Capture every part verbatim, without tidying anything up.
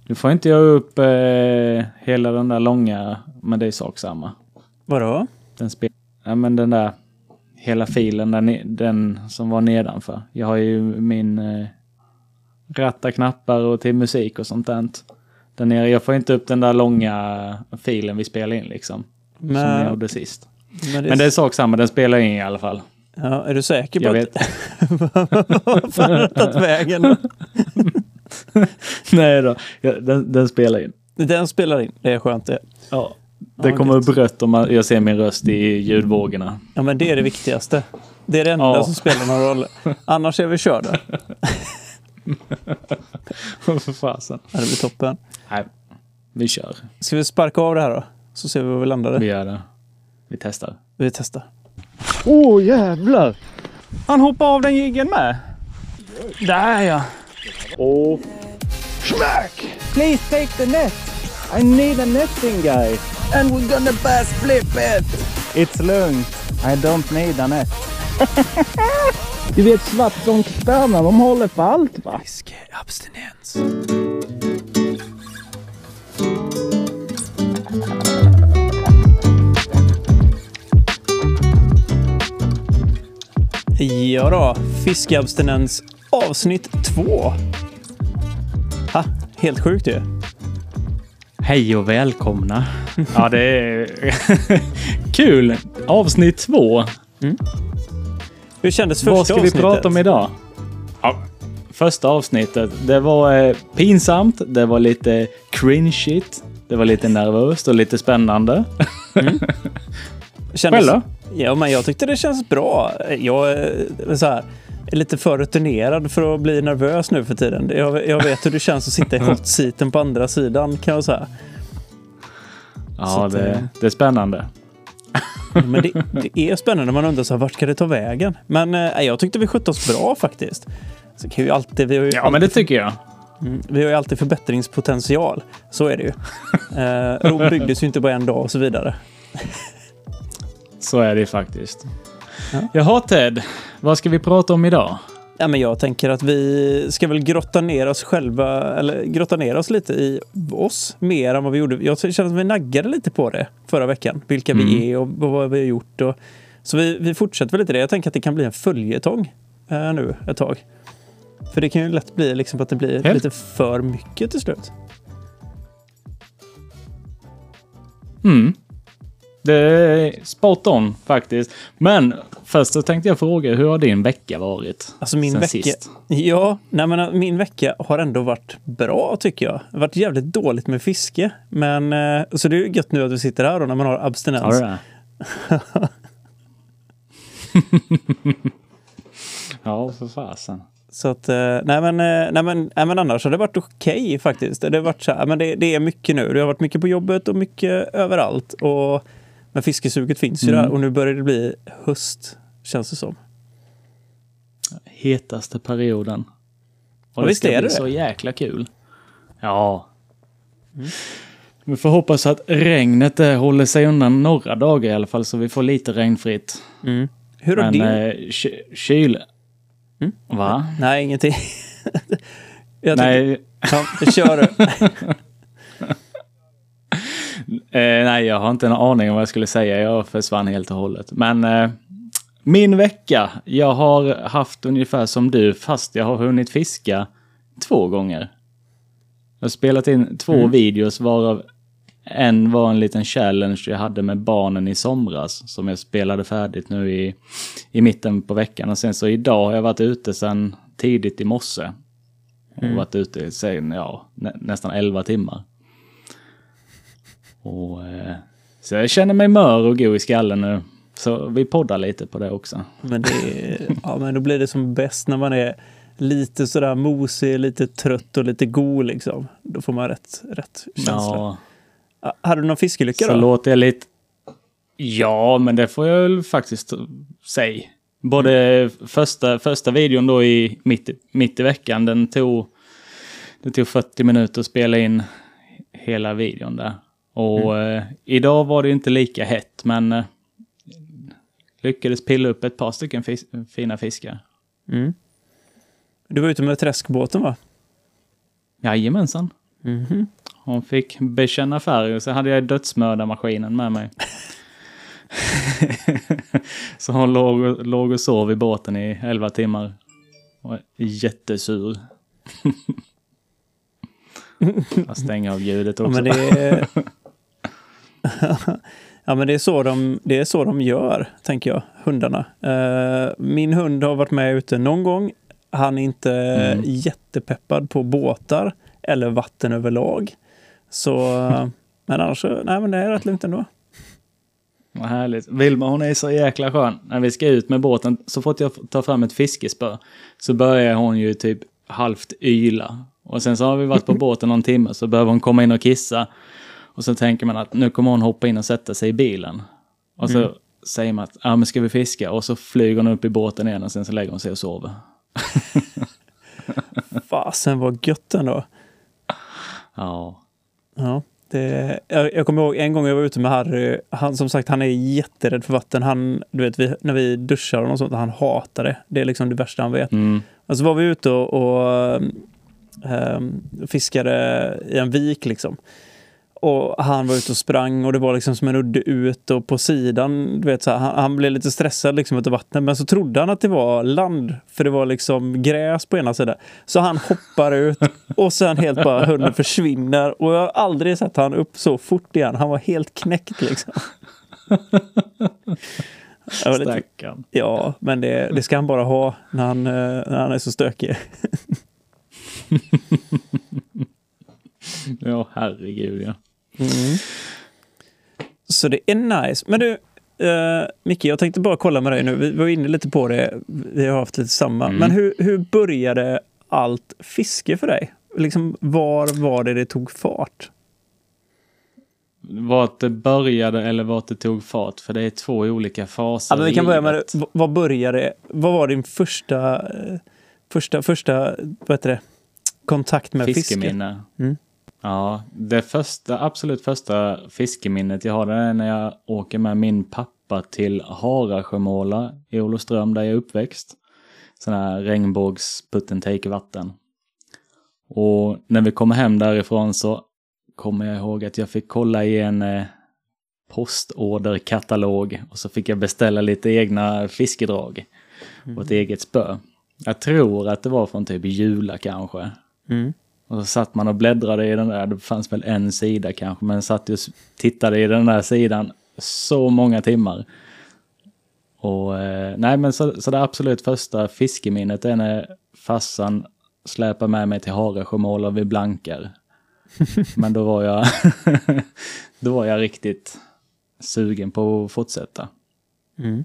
Du får inte göra upp eh, hela den där långa, men det är sak samma. Vadå? Den spel, ja, men den där hela filen, den, den som var nedanför. Jag har ju min eh, ratta knappar och till musik och sånt där. Där nere, jag får inte upp den där långa filen vi spelar in liksom. Men, som jag gjorde sist. Men det, men det är sak samma, den spelar in i alla fall. Ja, är du säker på jag att... vet. Vad fan har du tagit vägen? Nej då, ja, den, den spelar in. Den spelar in, det är skönt det. Ja, det ja, kommer det. brött om man, jag ser min röst i ljudvågorna. Ja, men det är det viktigaste. Det är det enda ja. som spelar någon roll. Annars är vi körda. För fasen. Ja, det blir toppen. Nej, vi kör. Ska vi sparka av det här då? Så ser vi var vi landade. Vi gör det. Vi testar. Vi testar. Åh, oh, jävlar! Han hoppar av den jiggen med. Där ja. Och smack! Please take the net. I need a netting guy. And we're gonna pass flip it. It's lugnt. I don't need a net. Du vet svartångsspärna, de håller på allt va? Fiskeabstinens. Ja då, fiskeabstinens avsnitt två. Ha, helt sjukt ju. Hej och välkomna. Ja, det är kul. Avsnitt två. Mm. Hur kändes första avsnittet? Vad ska vi prata om idag? Ja, första avsnittet, det var eh, pinsamt, det var lite cringeigt, det var lite nervöst och lite spännande. Mm. Kändes, Själv då? Ja, men jag tyckte det känns bra. Jag är, så här, är lite för rutinerad för att bli nervös nu för tiden. Jag, jag vet hur det känns att sitta i hot seaten på andra sidan, kan jag säga. Ja, att, det, det är spännande. Men det, det är spännande. Man undrar så här, vart ska det ta vägen? Men äh, jag tyckte vi skötte oss bra faktiskt. Så kan vi alltid, vi har ju ja, alltid, men det tycker jag. Mm, vi har ju alltid förbättringspotential. Så är det ju. eh, Rom byggdes ju inte på en dag och så vidare. Så är det faktiskt. Ja. Jaha Ted, vad ska vi prata om idag? Ja, men jag tänker att vi ska väl grotta ner oss själva, eller grotta ner oss lite i oss mer än vad vi gjorde. Jag känner att vi naggade lite på det förra veckan. Vilka mm. vi är och vad vi har gjort. Och, så vi, vi fortsätter väl lite det. Jag tänker att det kan bli en följetong eh, nu ett tag. För det kan ju lätt bli liksom att det blir Helt. lite för mycket till slut. Mm. Det är spot on faktiskt. Men först så tänkte jag fråga, hur har din vecka varit? Alltså min vecka, sist? ja, nej men min vecka har ändå varit bra tycker jag. Det har varit jävligt dåligt med fiske. Men, så det är ju gött nu att vi sitter här då när man har abstinens. Ja, ja för fasen. Så att, nej men, nej men, nej men annars har det varit okej okay, faktiskt. Det har varit så här, men det, det är mycket nu. Det har varit mycket på jobbet och mycket överallt. Och, men fiskesuget finns ju mm. där och nu börjar det bli höst, känns det som. Hetaste perioden. Och ja, det visst ska är bli det så jäkla kul. Ja. Mm. Vi får hoppas att regnet håller sig undan några dagar i alla fall så vi får lite regnfritt. Mm. Hur har men det? Eh, ky- kyl... Mm. Va? Nej, ingenting. jag nej. Tycker, ja, kör du. eh, nej, jag har inte en aning om vad jag skulle säga. Jag försvann helt och hållet. Men eh, min vecka, jag har haft ungefär som du, fast jag har hunnit fiska två gånger. Jag har spelat in två mm. videos varav en var en liten challenge jag hade med barnen i somras som jag spelade färdigt nu i, i mitten på veckan. Och sen så idag har jag varit ute sedan tidigt i morse. Och mm. varit ute sen, ja, nä, nästan elva timmar. Och, eh, så jag känner mig mör och god i skallen nu. Så vi poddar lite på det också. Men, det är, ja, men då blir det som bäst när man är lite sådär mosig, lite trött och lite god liksom. Då får man rätt, rätt känsla. Ja. Hade du någon fiskelycka så då? Så låter jag lite... Ja, men det får jag väl faktiskt säga. Både mm. första, första videon då i mitt, mitt i veckan, den tog, det tog fyrtio minuter att spela in hela videon där. Och mm. eh, idag var det inte lika hett, men eh, lyckades pilla upp ett par stycken fis- fina fiskar. Mm. Du var ute med träskbåten va? Jajamensan. Mm-hmm. Hon fick bekänna färg och så hade jag dödsmördarmaskinen med mig. Så hon låg, låg och sov i båten i elva timmar. Och var jättesur. Jag stänger av ljudet också. Ja, men det är... ja, men det är så de, det är så de gör, tänker jag, hundarna. Uh, min hund har varit med ute någon gång. Han är inte mm. jättepeppad på båtar eller vatten överlag. Så, men annars, nej men det är rätt lugnt ändå. Vad härligt. Vilma, hon är så jäkla skön. När vi ska ut med båten, så fort jag tar fram ett fiskespö så börjar hon ju typ halvt yla. Och sen så har vi varit på båten någon timme, så behöver hon komma in och kissa. Och så tänker man att nu kommer hon hoppa in och sätta sig i bilen. Och så mm. säger man att ja, men ska vi fiska? Och så flyger hon upp i båten igen och sen så lägger hon sig och sover. Fasen var gött ändå. Ja. Ja. Det, jag, jag kommer ihåg en gång jag var ute med Harry. Han, som sagt, han är jätterädd för vatten. Han, du vet, vi, när vi duschar och något sånt, han hatar det. Det är liksom det värsta han vet. Mm. Och så var vi ute och, och ähm, fiskade i en vik liksom. Och han var ute och sprang och det var liksom som en udde ut och på sidan, du vet så här, han, han blev lite stressad liksom utav vattnet, men så trodde han att det var land, för det var liksom gräs på ena sidan. Så han hoppar ut och sen helt bara hunden försvinner och jag har aldrig sett han upp så fort igen. Han var helt knäckt liksom. Stackarn. Ja, men det, det ska han bara ha när han, när han är så stökig. Ja, herregud, ja. Mm. Så det är nice. Men du, uh, Micke, jag tänkte bara kolla med dig nu. Vi var inne lite på det. Vi har haft lite samma. Mm. Men hur, hur började allt fiske för dig? Liksom, var var det det tog fart? Vart det började eller vart det tog fart? För det är två olika faser. Ja, men vi kan börja med det. Vad började? Vad var din första, första, första, vad heter det? Kontakt med fiskeminne. Fiske? Mm. Ja, det första, absolut första fiskeminnet jag har, det är när jag åker med min pappa till Harasjömåla i Olofström där jag är uppväxt. Sån här regnbågs put and take vatten. Och när vi kommer hem därifrån så kommer jag ihåg att jag fick kolla i en eh, postorderkatalog och så fick jag beställa lite egna fiskedrag mm. och ett eget spö. Jag tror att det var från typ Jula kanske. Mm. Och så satt man och bläddrade i den där, det fanns väl en sida kanske, men satt och tittade i den där sidan så många timmar. Och eh, nej, men så, så det absolut första fiskeminnet är när farsan släpar med mig till Harasjömåla vid Blankar. Men då var jag då var jag riktigt sugen på att fortsätta. Mm.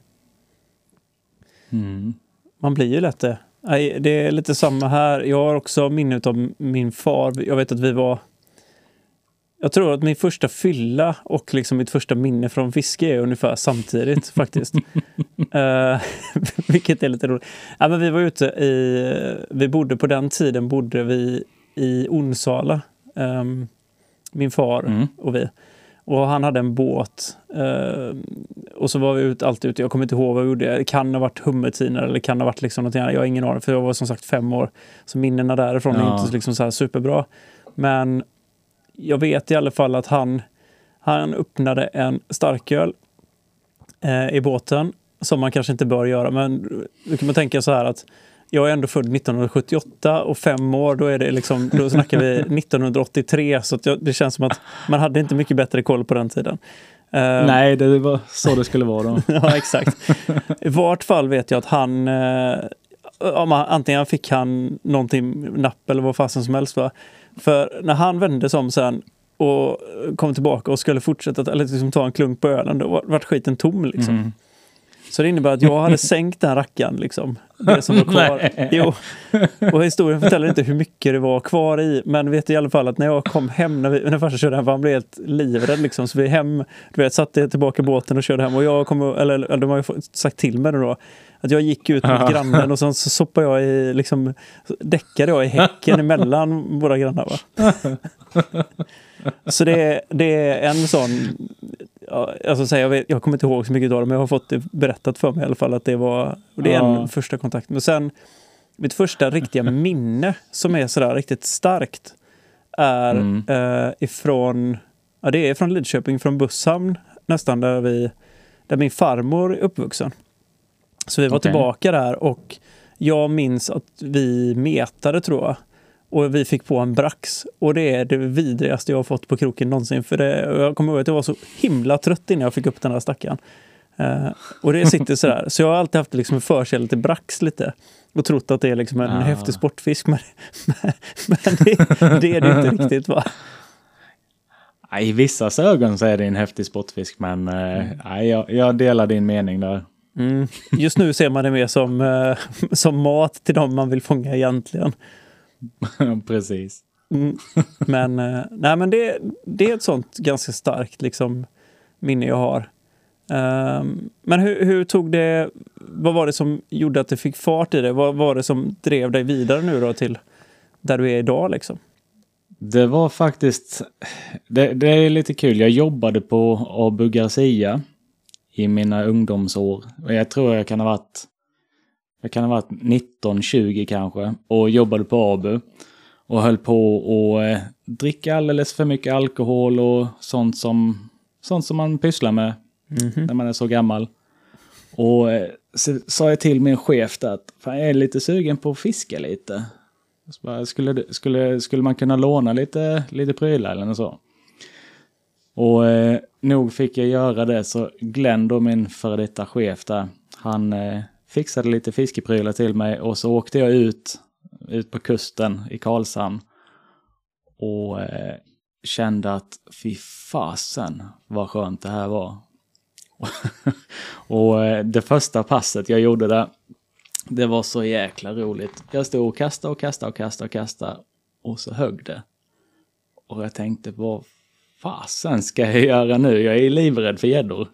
Mm. Man blir ju lätt det. Det är lite samma här. Jag har också minne av min far. Jag vet att vi var... Jag tror att min första fylla och liksom mitt första minne från fiske är ungefär samtidigt faktiskt. uh, vilket är lite roligt. Ja, men vi var ute i... Vi bodde på den tiden bodde vi i Onsala. Um, min far mm. och vi. Och han hade en båt. Uh, och så var vi ut, alltid ute. Jag kommer inte ihåg vad vi gjorde. Det kan ha varit hummertiner eller kan ha varit liksom något annat. Jag har ingen aning, för jag var som sagt fem år. Så minnena därifrån ja. är inte liksom så här superbra. Men jag vet i alla fall att han, han öppnade en starköl eh, i båten. Som man kanske inte bör göra. Men då kan man tänka så här att jag är ändå född nittonhundrasjuttioåtta och fem år, då är det liksom, då snackar vi nittonhundraåttiotre, så att jag, det känns som att man hade inte mycket bättre koll på den tiden. Uh, Nej, det var så det skulle vara då. Ja, exakt. I vart fall vet jag att han, uh, om han antingen fick han någonting napp eller vad fasen som helst, va? För när han vände sig om sen och kom tillbaka och skulle fortsätta eller liksom ta en klunk på ölen, då var, var skiten tom liksom. Mm. Så det innebär att jag hade sänkt den rackaren liksom. Det som var kvar. Jo. Och historien förtäller inte hur mycket det var kvar i. Men vet i alla fall att när jag kom hem, när, vi, när farsan körde hem, han blev helt livrädd liksom. Så vi hem, du vet, satte tillbaka båten och körde hem. Och jag kom, eller, eller de har ju sagt till mig då, att jag gick ut mot grannen och så, så soppade jag i, liksom, däckade jag i häcken emellan våra grannar, va? Så det, det är en sån... Ja, alltså, jag, vet, jag kommer inte ihåg så mycket av det, men jag har fått det berättat för mig i alla fall att det var, och det är en ja. första kontakt. Men sen mitt första riktiga minne som är sådär riktigt starkt är Mm. eh, ifrån, ja det är från Lidköping, från Busshamn nästan, där vi, där min farmor är uppvuxen. Så vi var Okej. tillbaka där och jag minns att vi metade, tror jag. Och vi fick på en brax. Och det är det vidrigaste jag har fått på kroken någonsin. För det, jag kommer ihåg att jag var så himla trött innan jag fick upp den här stackaren. Uh, och det sitter sådär. Så jag har alltid haft liksom en förkärlek till brax lite. Och trott att det är liksom en Ah. häftig sportfisk. Men, men det, det är det inte riktigt, va? I vissa ögon så är det en häftig sportfisk, men eh, nej, jag, jag delar din mening där. Mm. Just nu ser man det mer som, uh, som mat till dem man vill fånga egentligen. Precis. Mm. Men, uh, nej, men det, det är ett sånt ganska starkt liksom, minne jag har. Um, men hur, hur tog det, vad var det som gjorde att det fick fart i det? Vad var det som drev dig vidare nu då till där du är idag liksom? Det var faktiskt, det, det är lite kul. Jag jobbade på Abu Garcia i mina ungdomsår. Och jag tror jag kan ha varit, jag kan ha varit nitton tjugo kanske. Och jobbade på Abu. Och höll på att eh, dricka alldeles för mycket alkohol och sånt som, sånt som man pysslar med. Mm-hmm. När man är så gammal. Och eh, så sa jag till min chef där att fan, jag är lite sugen på att fiska lite. Så bara, skulle, skulle, skulle man kunna låna lite, lite prylar eller något så. Och eh, nog fick jag göra det, så Glenn då, min före detta chef där, han eh, fixade lite fiskeprylar till mig och så åkte jag ut, ut på kusten i Karlshamn och eh, kände att fy fasen vad skönt det här var. Och eh, det första passet jag gjorde där, det var så jäkla roligt. Jag stod och kastade och kastade och kastade och kastade och så högg det. Och jag tänkte, vad fasen ska jag göra nu? Jag är livrädd för gäddor.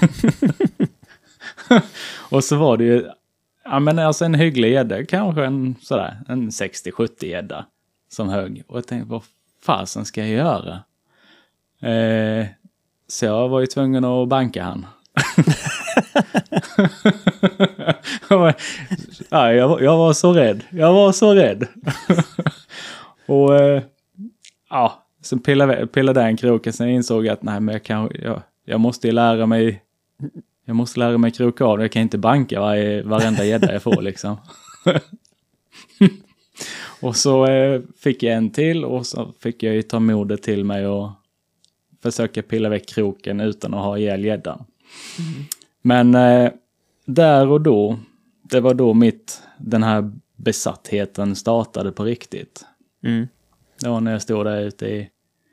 Och så var det ju, ja men alltså en hygglig gädda, kanske en sådär, en sextio sjuttio gädda som högg. Och jag tänkte, vad fasen ska jag göra? Eh, så jag var ju tvungen att banka han. Ja, jag, var, jag var så rädd. Jag var så rädd. Och eh, ja, sen pillade, pillade den kroken. Sen insåg jag att nej, men jag, kan, jag, jag måste lära mig jag måste lära mig kroka av. Jag kan inte banka varje, varenda gädda jag får liksom. Och så eh, fick jag en till och så fick jag ju ta modet till mig och försöka pilla väck kroken utan att ha ihjäl gäddan. Mm. Men eh, där och då, det var då mitt, den här besattheten startade på riktigt. Mm. Det var när jag stod där ute i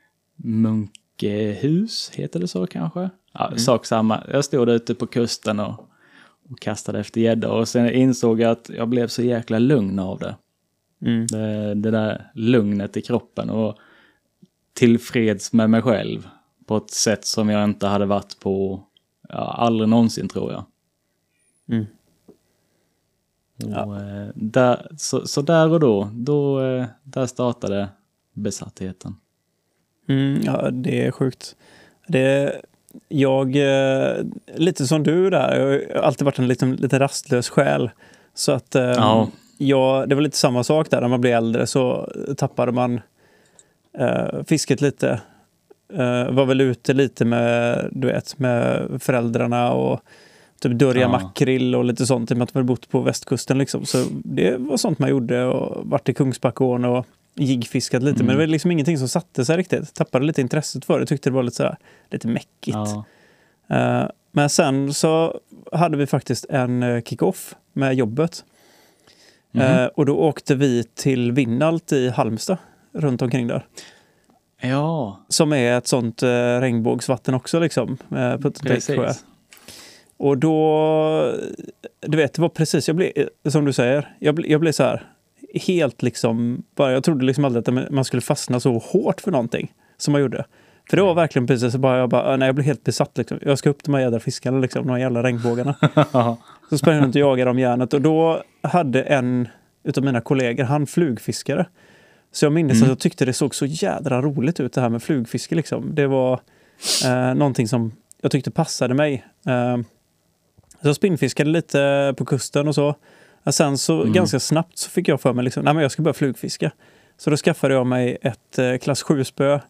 Munkehus, heter det så kanske? Ja, mm. Sak samma. Jag stod där ute på kusten och, och kastade efter gädda och sen insåg jag att jag blev så jäkla lugn av det. Mm. Det, det där lugnet i kroppen och tillfreds med mig själv på ett sätt som jag inte hade varit på, ja, aldrig någonsin tror jag. Mm. Ja. Och, eh, där, så, så där och då, då eh, där startade besattheten. Mm, ja, det är sjukt. Det, jag, eh, lite som du där, jag har alltid varit en lite, lite rastlös själ. Så att eh, ja. jag, det var lite samma sak där, när man blir äldre så tappade man eh, fisket lite. Uh, var väl ute lite med, du vet, med föräldrarna och typ dörja ja. makrill och lite sånt, i och med att man bott på västkusten liksom. Så det var sånt man gjorde och vart i Kungsbackån och jiggfiskat lite. Mm. Men det var liksom ingenting som satte sig riktigt. Tappade lite intresset för det. Tyckte det var lite så här, lite mäckigt. Ja. Uh, men sen så hade vi faktiskt en kick-off med jobbet. Mm. Uh, och då åkte vi till Vinnalt i Halmstad, runt omkring där. Ja. Som är ett sånt eh, regnbågsvatten också liksom. Eh, på ett och då, du vet, det var precis, jag blev, som du säger, jag, ble, jag blev så här, helt liksom, bara, jag trodde liksom aldrig att man skulle fastna så hårt för någonting som man gjorde. För det var verkligen precis, så bara, jag bara, nej, jag blev helt besatt liksom. Jag ska upp de här jävla fiskarna liksom, de här jävla regnbågarna. Så sprang jag runt och jagade om järnet och då hade en utav mina kollegor, han flugfiskare. Så jag minns mm. att jag tyckte det såg så jädra roligt ut det här med flugfiske liksom. Det var eh, någonting som jag tyckte passade mig. Eh, så jag spinnfiskade lite på kusten och så. Och sen så mm. ganska snabbt så fick jag för mig liksom, nej men jag ska börja flugfiska. Så då skaffade jag mig ett eh, klass sju-spö.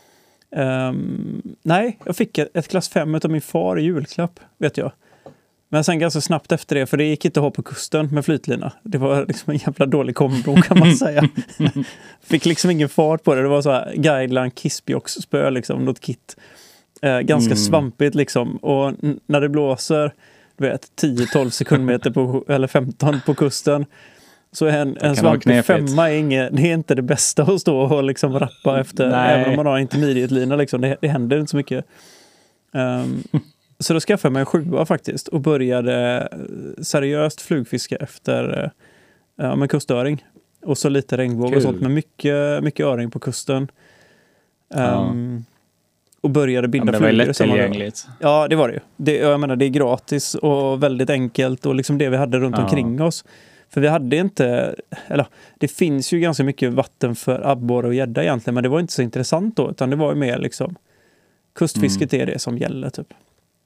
Um, nej, jag fick ett, ett klass fem av min far i julklapp, vet jag. Men sen ganska snabbt efter det, för det gick inte att ha på kusten med flytlina. Det var liksom en jävla dålig kombo kan man säga. Fick liksom ingen fart på det. Det var så här guideline Kispiox-spö, liksom, något kit. Eh, ganska mm. svampigt liksom. Och n- när det blåser, du vet, tio tolv sekundmeter på, eller femton på kusten, så en, en svampig femma är, inget, det är inte det bästa att stå och liksom rappa efter. Nej. Även om man har intermediate-lina liksom. Det, det händer inte så mycket. Um, Så då skaffade jag mig en sjua faktiskt och började seriöst flugfiska efter ja, med kustöring. Och så lite regnbåg Kul. och sånt, med mycket, mycket öring på kusten. Ja. Um, och började binda flugor. Ja, det var lättillgängligt. Ja, det var det ju. Det, jag menar, det är gratis och väldigt enkelt och liksom det vi hade runt ja. omkring oss. För vi hade inte, eller det finns ju ganska mycket vatten för abborre och gädda egentligen, men det var inte så intressant då, utan det var ju mer liksom kustfisket mm. är det som gäller typ.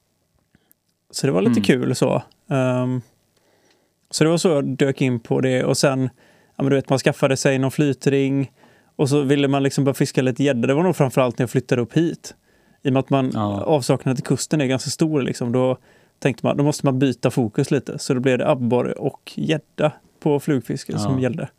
Så det var lite mm. kul så. Um, så det var så jag dök in på det. Och sen, ja men du vet, man skaffade sig någon flytring. Och så ville man liksom bara fiska lite gädda. Det var nog framförallt när jag flyttade upp hit. I och med att man, ja. avsaknaden till kusten är ganska stor liksom. Då tänkte man, då måste man byta fokus lite. Så då blev det abborre och gädda på flugfiske ja. som gällde.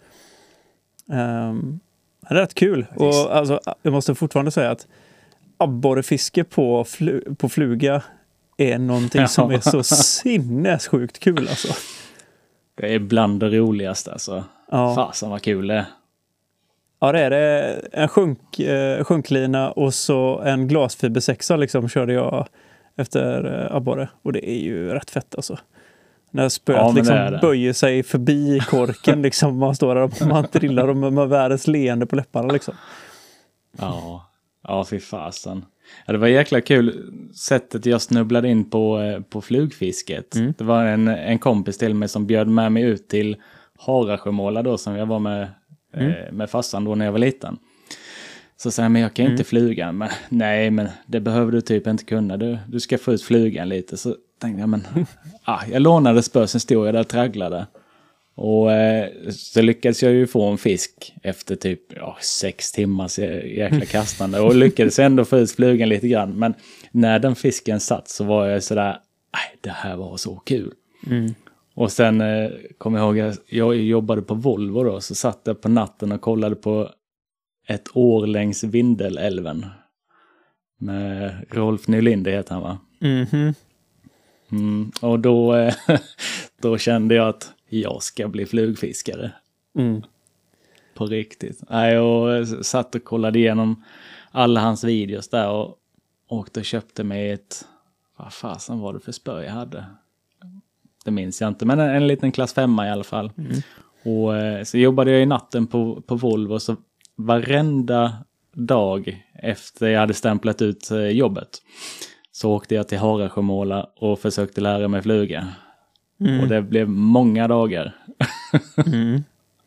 Um, det är rätt kul. Och alltså, jag måste fortfarande säga att abborrefiske på, flu- på fluga är någonting som är så sinnessjukt kul alltså. Det är bland det roligaste alltså. Ja. Fasen vad kul det är. Ja, det är det. En sjunk, eh, sjunklina och så en glasfibersexa liksom körde jag efter eh, abborre. Och det är ju rätt fett alltså. När spöet ja, liksom det det. böjer sig förbi korken liksom. Man står där och man trillar och med världens leende på läpparna liksom. Ja, ja fy fasen. Ja, det var jäkla kul sättet jag snubblade in på, på flugfisket. Mm. Det var en, en kompis till mig som bjöd med mig ut till Harasjömåla då, som jag var med, mm. eh, med farsan då när jag var liten. Så sa jag, men jag kan mm. inte flyga. Men, nej, men det behöver du typ inte kunna. Du, du ska få ut flygan lite. Så tänkte jag, men ah, jag lånade spö, sen stod jag där och tragglade. Och eh, så lyckades jag ju få en fisk efter typ ja, sex timmars jäkla kastande. Och lyckades ändå få ut flugan lite grann. Men när den fisken satt så var jag sådär, nej det här var så kul. Mm. Och sen eh, kom jag ihåg, jag jobbade på Volvo då. Så satt jag på natten och kollade på ett år längs Vindelälven. Med Rolf Nylinder heter han va? Mhm. Mm, och då, eh, då kände jag att jag ska bli flugfiskare. Mm. På riktigt. Nej, jag satt och kollade igenom alla hans videos där och åkte och köpte mig ett, vad fasen var det för spö jag hade? Det minns jag inte, men en, en liten klass femma i alla fall. Mm. Och eh, så jobbade jag i natten på, på Volvo, så varenda dag efter jag hade stämplat ut eh, jobbet så åkte jag till Harasjömåla och försökte lära mig flyga. Mm. Och det blev många dagar. mm.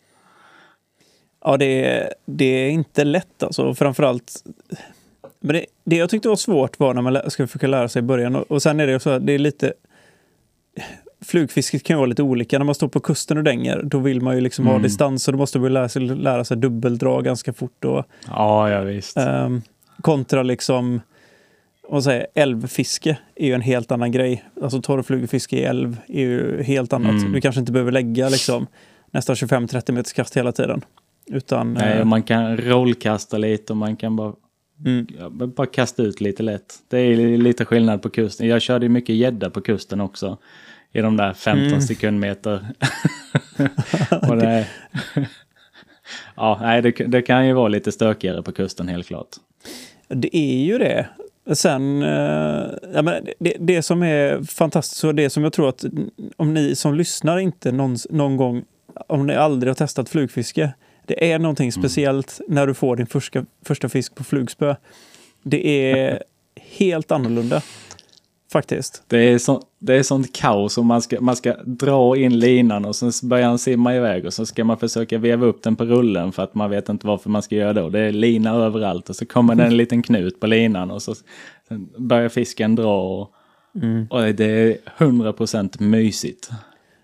Ja, det är, det är inte lätt alltså. Framförallt, men det, det jag tyckte var svårt var när man lä- ska försöka lära sig i början. Och, och sen är det så att det är lite, flugfisket kan ju vara lite olika. När man står på kusten och dänger, då vill man ju liksom mm. ha distans. Och då måste man lära sig, lära sig dubbeldrag ganska fort. Och, ja, ja visst. Um, kontra liksom, och säga, älvfiske är ju en helt annan grej. Alltså torrflugfiske i älv är ju helt annat. Mm. Du kanske inte behöver lägga liksom nästan tjugofem till trettio meters kast hela tiden. Utan, nej, äh, man kan rollkasta lite och man kan bara, mm. ja, bara kasta ut lite lätt. Det är lite skillnad på kusten. Jag körde mycket gädda på kusten också. I de där femton mm. sekundmeter. och det, ja, nej, det, det kan ju vara lite stökigare på kusten helt klart. Det är ju det. Sen, ja, men det, det som är fantastiskt och det som jag tror att om ni som lyssnar inte någon, någon gång, om ni aldrig har testat flugfiske, det är någonting speciellt mm. när du får din första, första fisk på flugspö. Det är helt annorlunda faktiskt. Det är, så, det är sånt kaos och man ska, man ska dra in linan och sen börjar han simma iväg och så ska man försöka veva upp den på rullen för att man vet inte varför man ska göra det. Det är lina överallt och så kommer det en liten knut på linan och så börjar fisken dra och, mm. och det är hundra procent mysigt.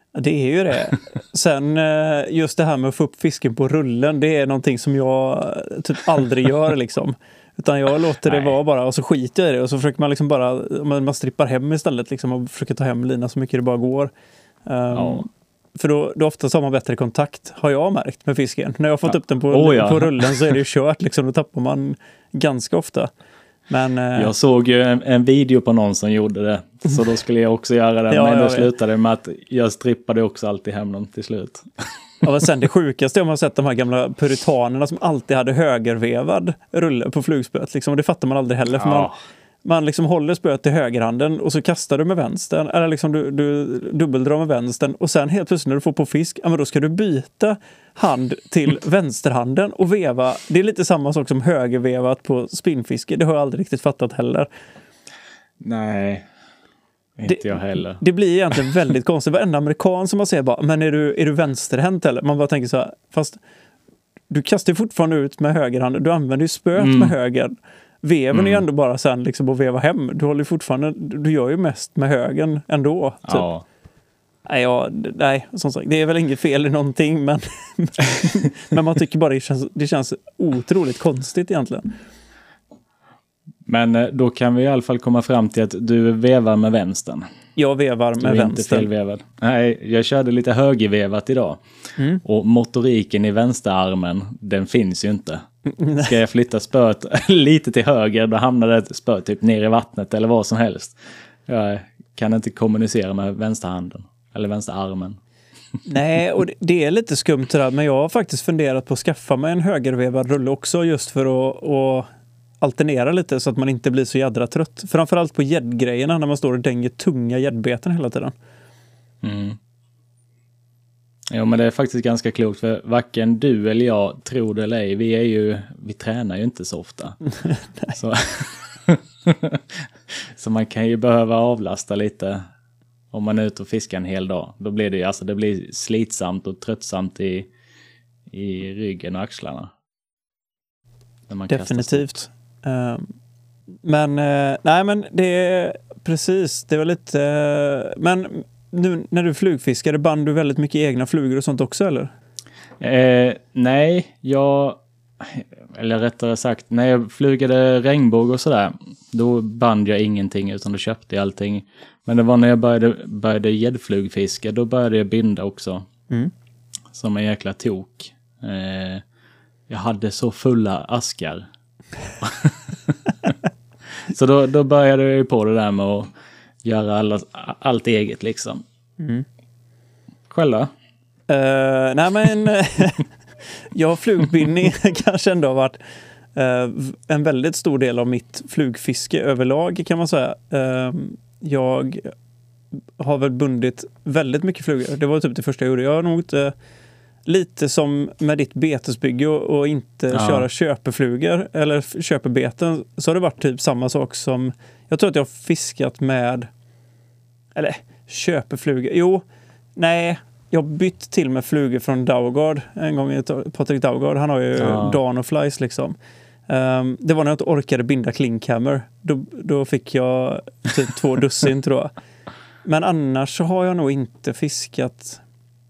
Det är ju det. Sen just det här med att få upp fisken på rullen, det är någonting som jag typ aldrig gör liksom. Utan jag låter det Nej. vara bara och så skiter jag i det och så försöker man liksom bara, man strippar hem istället liksom och försöker ta hem lina så mycket det bara går. Um, ja. För då, då ofta har man bättre kontakt, har jag märkt, med fisken. När jag har fått ja. upp den på, oh, ja. på rullen så är det ju kört liksom, då tappar man ganska ofta. Men, eh... jag såg ju en, en video på någon som gjorde det. Så då skulle jag också göra det. ja, men det slutade med att jag strippade också alltid hem dem till slut. Ja, men sen det sjukaste, om man har sett de här gamla puritanerna som alltid hade högervevad rulle på flugspöet. Liksom, och det fattar man aldrig heller. För ja. man, man liksom håller spöet i högerhanden och så kastar du med vänstern. Eller liksom du, du dubbeldrar med vänstern. Och sen helt plötsligt när du får på fisk, ja, men då ska du byta hand till vänsterhanden och veva. Det är lite samma sak som högervevat på spinnfiske. Det har jag aldrig riktigt fattat heller. Nej, inte det, jag heller. Det blir egentligen väldigt konstigt. Varenda amerikan som man säger bara, men är du, är du vänsterhänt eller? Man bara tänker så här, fast du kastar fortfarande ut med högerhanden. Du använder ju spöet mm. med höger. Veven mm. är ju ändå bara sen liksom att veva hem. Du håller fortfarande, du gör ju mest med högern ändå. Typ. Ja. Nej, ja, nej, som sagt, det är väl inget fel i någonting, men, men man tycker bara det känns, det känns otroligt konstigt egentligen. Men då kan vi i alla fall komma fram till att du vevar med vänstern. Jag vevar med vänstern. Du är inte felvevad. Nej, jag körde lite högervevat idag. Mm. Och motoriken i vänsterarmen, den finns ju inte. Ska jag flytta spöet lite till höger, då hamnar det spöet typ ner i vattnet eller vad som helst. Jag kan inte kommunicera med vänsterhanden eller vänsterarmen. Nej, och det är lite skumt det där, men jag har faktiskt funderat på att skaffa mig en högervevad rulle också, just för att, att alternera lite så att man inte blir så jädra trött. Framförallt på gäddgrejerna när man står och dänger tunga gäddbeten hela tiden. Mm. Ja, men det är faktiskt ganska klokt, för varken du eller jag, tror det eller ej, vi är ju, vi tränar ju inte så ofta. så, så man kan ju behöva avlasta lite om man är ute och fiskar en hel dag. Då blir det, alltså det blir slitsamt och tröttsamt i, i ryggen och axlarna. Definitivt. Uh, men uh, nej, men det är precis, det var lite uh, men nu när du flugfiskade, band du väldigt mycket egna flugor och sånt också, eller? Eh, nej, jag eller rättare sagt, när jag flugade regnbåge och sådär, då band jag ingenting utan då köpte jag allting. Men det var när jag började, började gäddflugfiska, då började jag binda också. Mm. Som en jäkla tok. Eh, jag hade så fulla askar. Så då, då började jag ju på det där med att göra alla, allt eget liksom. Mm. Själv då? Uh, nej men jag flugbindning kanske ändå har varit uh, en väldigt stor del av mitt flugfiske överlag, kan man säga. Uh, jag har väl bundit väldigt mycket flugor. Det var typ det första jag gjorde. Jag har nog inte, lite som med ditt betesbygge och, och inte ja. köra köpeflugor eller köpebeten, så har det varit typ samma sak som, jag tror att jag har fiskat med, eller köpeflugor, jo, nej, jag har bytt till med flugor från Daugard en gång, Patrik Daugard, han har ju ja. Dan och Flies liksom. Um, det var när jag inte orkade binda klinkhammer, då, då fick jag typ två dussin tror jag. Men annars så har jag nog inte fiskat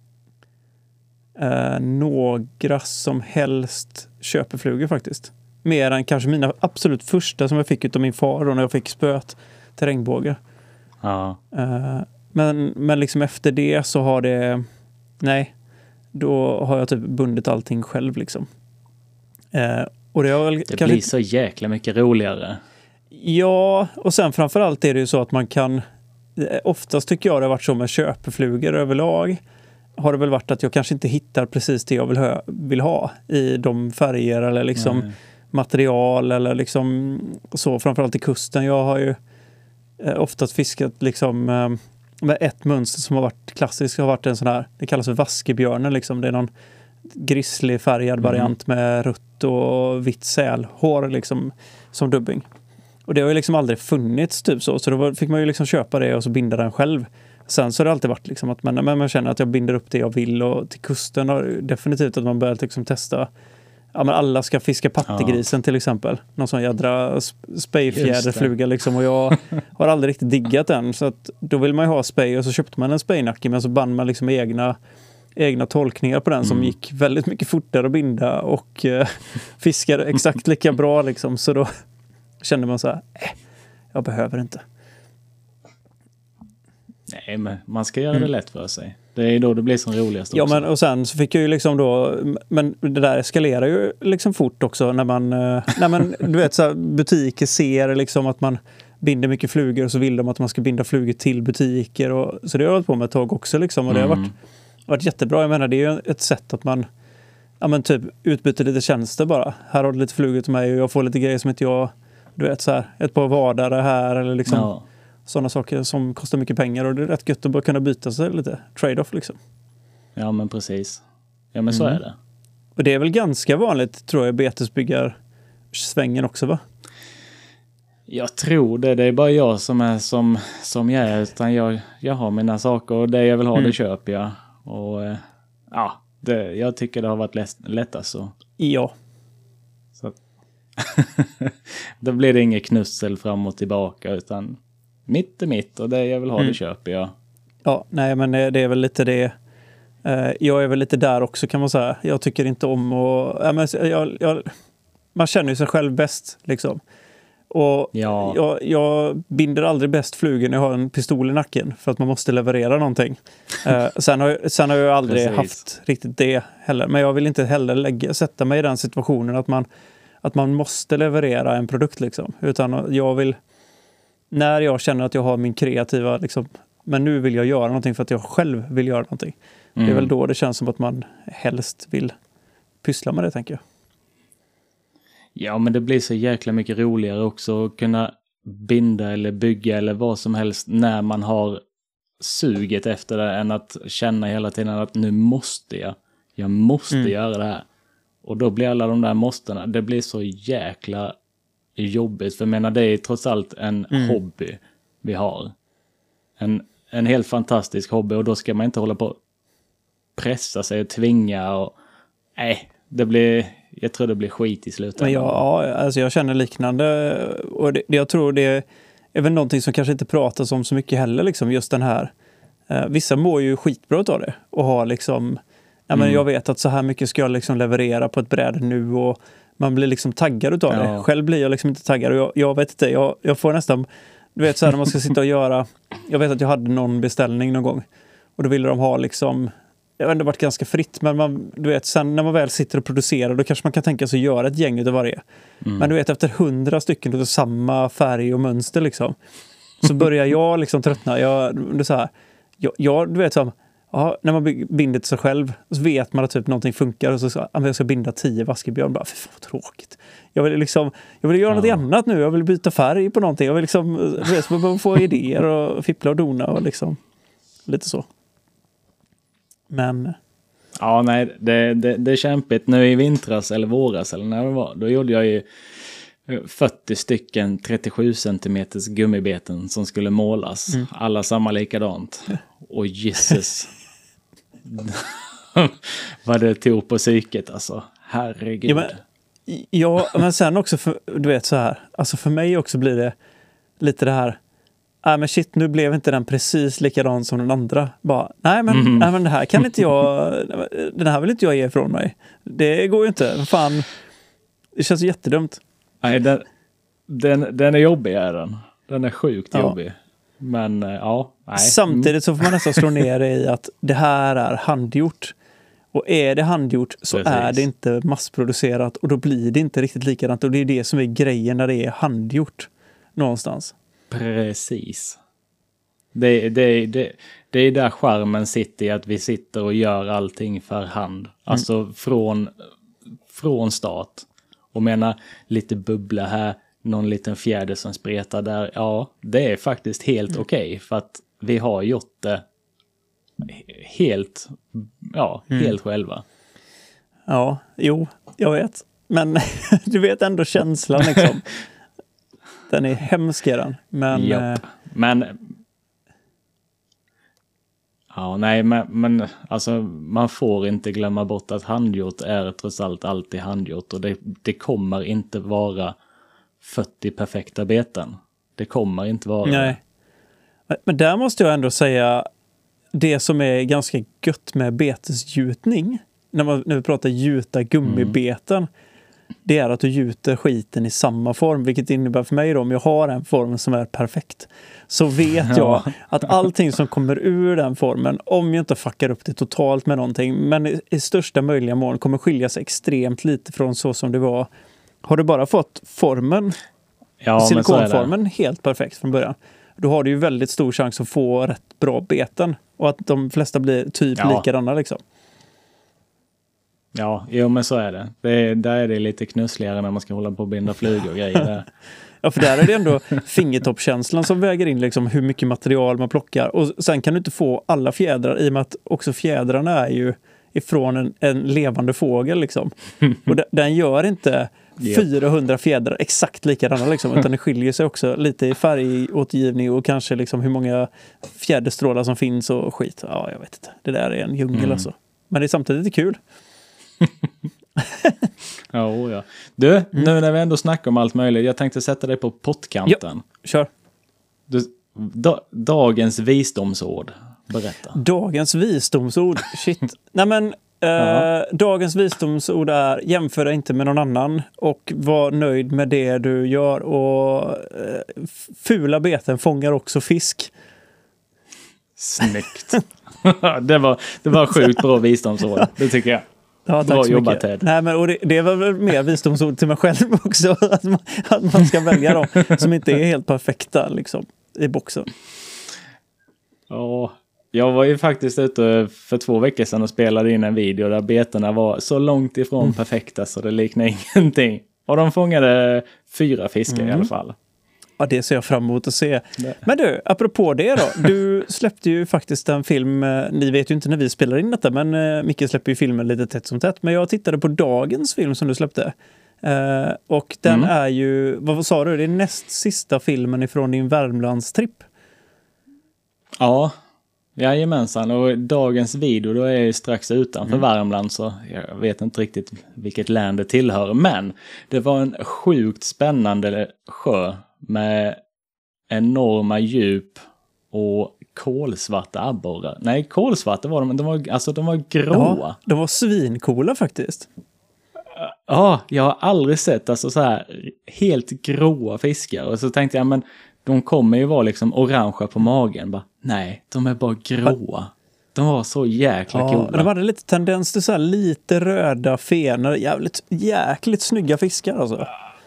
Uh, några som helst köpeflugor faktiskt. Mer än kanske mina absolut första som jag fick utav min far då när jag fick spöt till regnbåge. Ja. Uh, men, men liksom efter det så har det, nej, då har jag typ bundit allting själv liksom. Uh, och det har väl det kanske blir så jäkla mycket roligare. Ja, och sen framförallt är det ju så att man kan, oftast tycker jag det har varit så med köpeflugor överlag, har det väl varit att jag kanske inte hittar precis det jag vill ha, vill ha i de färger eller liksom Nej. material eller liksom så, framförallt i kusten. Jag har ju eh, oftast fiskat liksom eh, med ett mönster som har varit klassiskt, har varit en sån här, det kallas för vaskebjörnen liksom, det är någon grisslig färgad mm. variant med rött och vitt sälhår liksom som dubbing. Och det har ju liksom aldrig funnits typ så, så då fick man ju liksom köpa det och så binda den själv. Sen så har det alltid varit liksom att man, man känner att jag binder upp det jag vill, och till kusten har definitivt att man börjat liksom testa ja, men alla ska fiska pattegrisen ja. till exempel. Någon sån jädra spejfjäderfluga liksom. Och jag har aldrig riktigt diggat den. Så att då vill man ju ha spej och så köpte man en spejnacke men så band man liksom egna, egna tolkningar på den mm. som gick väldigt mycket fortare att binda och uh, fiskade exakt lika bra liksom. Så då kände man så här, eh, jag behöver inte. Nej, men man ska göra det mm. lätt för sig. Det är då det blir som roligast också. Ja, men och sen så fick jag ju liksom då, men det där eskalerar ju liksom fort också när man, när man du vet så här, butiker ser liksom att man binder mycket flugor och så vill de att man ska binda flugor till butiker och så det har jag hållit på med ett tag också liksom och det har varit, mm. varit jättebra. Jag menar det är ju ett sätt att man ja men typ utbyter lite tjänster bara. Här har du lite flugor till mig och jag får lite grejer som inte jag, du vet så här, ett par vardare här eller liksom ja. Sådana saker som kostar mycket pengar och det är rätt gött att bara kunna byta sig lite. Trade-off liksom. Ja, men precis. Ja, men så mm. är det. Och det är väl ganska vanligt, tror jag, betesbyggar svängen också, va? Jag tror det. Det är bara jag som är som, som jag är. Utan jag, jag har mina saker och det jag vill ha, mm. det köper jag. Och ja, det, jag tycker det har varit lätt, lättast så. Ja. Så då blir det inget knussel fram och tillbaka utan mitt är mitt och det jag vill ha mm. det köper jag. Ja, nej men det är väl lite det. Jag är väl lite där också kan man säga. Jag tycker inte om och ja, men jag, jag, man känner ju sig själv bäst liksom. Och ja. jag, jag binder aldrig bäst flugor när jag har en pistol i nacken för att man måste leverera någonting. uh, sen, har jag, sen har jag aldrig Precis. haft riktigt det heller. Men jag vill inte heller lägga, sätta mig i den situationen att man, att man måste leverera en produkt liksom. Utan jag vill, när jag känner att jag har min kreativa liksom, men nu vill jag göra någonting för att jag själv vill göra någonting. Mm. Det är väl då det känns som att man helst vill pyssla med det, tänker jag. Ja, men det blir så jäkla mycket roligare också att kunna binda eller bygga eller vad som helst när man har suget efter det än att känna hela tiden att nu måste jag. Jag måste mm. göra det här. Och då blir alla de där måstena, det blir så jäkla jobbigt. För jag menar, det är trots allt en mm. hobby vi har. En, en helt fantastisk hobby och då ska man inte hålla på pressa sig och tvinga och nej, det blir, jag tror det blir skit i slutet. Men jag, ja, alltså jag känner liknande och det, jag tror det är väl någonting som kanske inte pratas om så mycket heller liksom, just den här eh, vissa mår ju skitbra av det och har liksom ja, men mm. jag vet att så här mycket ska jag liksom leverera på ett bräde nu och man blir liksom taggad utav ja. det. Själv blir jag liksom inte taggad och jag, jag vet inte, jag, jag får nästan du vet så här när man ska sitta och göra jag vet att jag hade någon beställning någon gång och då ville de ha liksom det har ändå varit ganska fritt men man, du vet sen när man väl sitter och producerar då kanske man kan tänka sig att göra ett gäng utav varje. Mm. Men du vet efter hundra stycken utav samma färg och mönster liksom så börjar jag liksom tröttna. Jag, det är så här, jag, jag, du vet som ja, när man binder till sig själv så vet man att typ någonting funkar och så ska jag ska binda tio vaskebjörn bara, för fan vad tråkigt. Jag vill liksom, jag vill göra ja. något annat nu, jag vill byta färg på någonting, jag vill liksom, du vet, man behöver få idéer och fippla och dona och liksom, lite så. Men... Ja, nej, det, det, det är kämpigt. Nu i vintras eller våras eller när det var, då gjorde jag ju fyrtio stycken trettiosju centimeters gummibeten som skulle målas. Mm. Alla samma likadant. Och Jesus. Vad det tog på psyket alltså. Herregud. Ja men, ja, men sen också, för, du vet så här. Alltså för mig också blir det lite det här. Nej men shit, nu blev inte den precis likadan som den andra. Bara, nej men, mm. nej men det här kan inte jag, den här vill inte jag ge ifrån mig. Det går ju inte. Fan, det känns jättedumt. Nej, den, den, den är jobbig är den. Den är sjukt ja. jobbig. Men ja, nej. Samtidigt så får man nästan slå ner i att det här är handgjort. Och är det handgjort så Precis. är det inte massproducerat. Och då blir det inte riktigt likadant. Och det är det som är grejen när det är handgjort någonstans. Precis. Det, det, det, det är där charmen sitter i att vi sitter och gör allting för hand. Alltså mm. från, från start. Och menar lite bubbla här, någon liten fjäder som spretar där. Ja, det är faktiskt helt mm. okej okay, för att vi har gjort det helt, ja, mm. helt själva. Ja, jo, jag vet. Men du vet ändå känslan liksom. Den är hemsk den. Men, Japp. Men Ja, nej, men, men alltså, man får inte glömma bort att handgjort är trots allt alltid handgjort. Och det, det kommer inte vara fyrtio perfekta beten. Det kommer inte vara. Nej. Men där måste jag ändå säga det som är ganska gött med betesgjutning. När, man, när vi pratar gjuta gummibeten. Mm. Det är att du gjuter skiten i samma form. Vilket innebär för mig då, om jag har en form som är perfekt. Så vet jag att allting som kommer ur den formen, om jag inte fuckar upp det totalt med någonting, men i, i största möjliga mån kommer skilja sig extremt lite från så som det var. Har du bara fått formen, ja, silikonformen helt perfekt från början, då har du ju väldigt stor chans att få rätt bra beten. Och att de flesta blir typ ja. likadana liksom. Ja, jo, men så är det. det är, där är det lite knussligare när man ska hålla på och binda flugor och grejer där. Ja, för där är det ändå fingertoppkänslan som väger in liksom hur mycket material man plockar. Och sen kan du inte få alla fjädrar i och med att också fjädrarna är ju ifrån en, en levande fågel liksom. Och de, den gör inte fyrahundra fjädrar exakt likadana liksom, utan det skiljer sig också lite i färgåtergivning och kanske liksom hur många fjäderstrålar som finns och skit. Ja, jag vet inte. Det där är en djungel mm. alltså. Men det är samtidigt lite kul. Ja, ja. Du, mm. nu när vi ändå snackar om allt möjligt, jag tänkte sätta dig på pottkanten. Ja, kör. Du, da, dagens visdomsord, berätta. Dagens visdomsord, shit. Nej men, eh, dagens visdomsord är jämföra inte med någon annan och var nöjd med det du gör och eh, fula beten fångar också fisk. Snyggt. det, var, det var sjukt bra visdomsord, det tycker jag. Ja, bra jobbat, Ted. Nej, men, och det, det var väl mer visdomsord till mig själv också. Att man, att man ska välja dem som inte är helt perfekta liksom, i boxen. Ja, jag var ju faktiskt ute för två veckor sedan och spelade in en video där betorna var så långt ifrån mm. perfekta så det liknar ingenting. Och de fångade fyra fiskar mm. i alla fall. Ja, det ser jag fram emot att se. Nej. Men du, apropå det då. Du släppte ju faktiskt en film, ni vet ju inte när vi spelar in detta, men Micke släpper ju filmen lite tätt som tätt. Men jag tittade på dagens film som du släppte. Uh, och den mm. är ju, vad sa du, det är näst sista filmen ifrån din Värmlandstripp. Ja, jajamensan. Och dagens video då är ju strax utanför mm. Värmland, så jag vet inte riktigt vilket län det tillhör. Men det var en sjukt spännande sjö med enorma djup och kolsvarta abborrar. Nej, kolsvarta var de, men de var, alltså, de var gråa. Ja, de var svincoola faktiskt. Ja, jag har aldrig sett alltså så här helt gråa fiskar. Och så tänkte jag, men de kommer ju vara liksom orangea på magen. Bara, nej, de är bara gråa. De var så jäkla ja, coola. De hade lite tendens till så här lite röda fenor. Jävligt, jäkligt snygga fiskar alltså.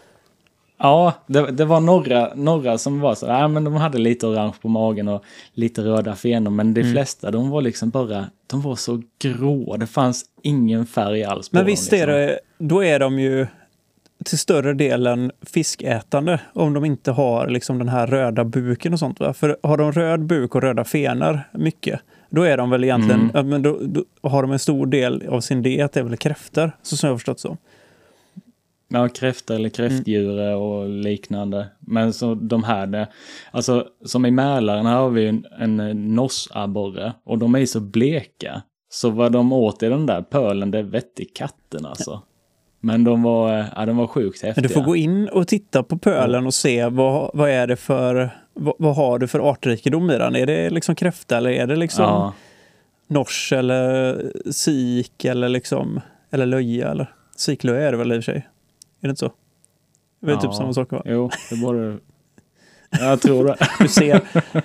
Ja, det, det var några, några som var så ja, men de hade lite orange på magen och lite röda fenor, men de mm. flesta, de var liksom bara, de var så grå. Det fanns ingen färg alls på men dem. Men visst liksom. är det, då är de ju till större delen fiskätande om de inte har liksom den här röda buken och sånt, va? För har de röd buk och röda fenor mycket, då är de väl egentligen, mm. men då, då har de en stor del av sin diet, det är väl kräftor, så som jag har förstått så. Ja, kräftor eller kräftdjur mm. och liknande. Men så de här, det, alltså som i Mälaren här har vi en, en nossabborre och de är så bleka. Så vad de åt i den där pölen, det vett i katten alltså. Men de var, ja, de var sjukt häftiga. Men du får gå in och titta på pölen och se vad, vad är det för, vad, vad har du för artrikedom i den? Är det liksom kräfta eller är det liksom ja. nors eller sik eller liksom, eller löja eller siklöja är det väl i och för sig. Är det inte så? Det är ja, typ samma sak, va? Jo, det borde... Jag tror det. Du ser.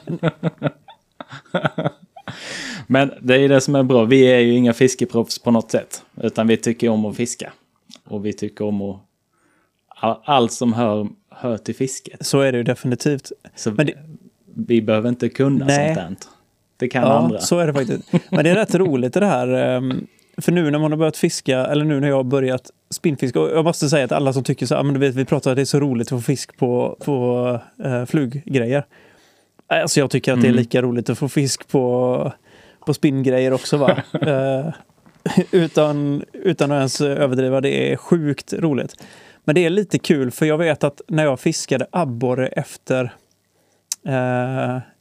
Men det är det som är bra. Vi är ju inga fiskeproffs på något sätt. Utan vi tycker om att fiska. Och vi tycker om att... Allt som hör, hör till fisket. Så är det ju definitivt. Så Men det... vi behöver inte kunna Nej. sånt här. Det kan ja, andra. Så är det faktiskt. Men det är rätt roligt det här... För nu när man har börjat fiska, eller nu när jag har börjat spinnfiska, och jag måste säga att alla som tycker så här, men du vet, vi pratar att det är så roligt att få fisk på, på äh, fluggrejer. Alltså jag tycker att det är lika roligt att få fisk på, på spinngrejer också, va? uh, utan, utan att ens överdriva, det är sjukt roligt. Men det är lite kul, för jag vet att när jag fiskade abborre efter, uh, efter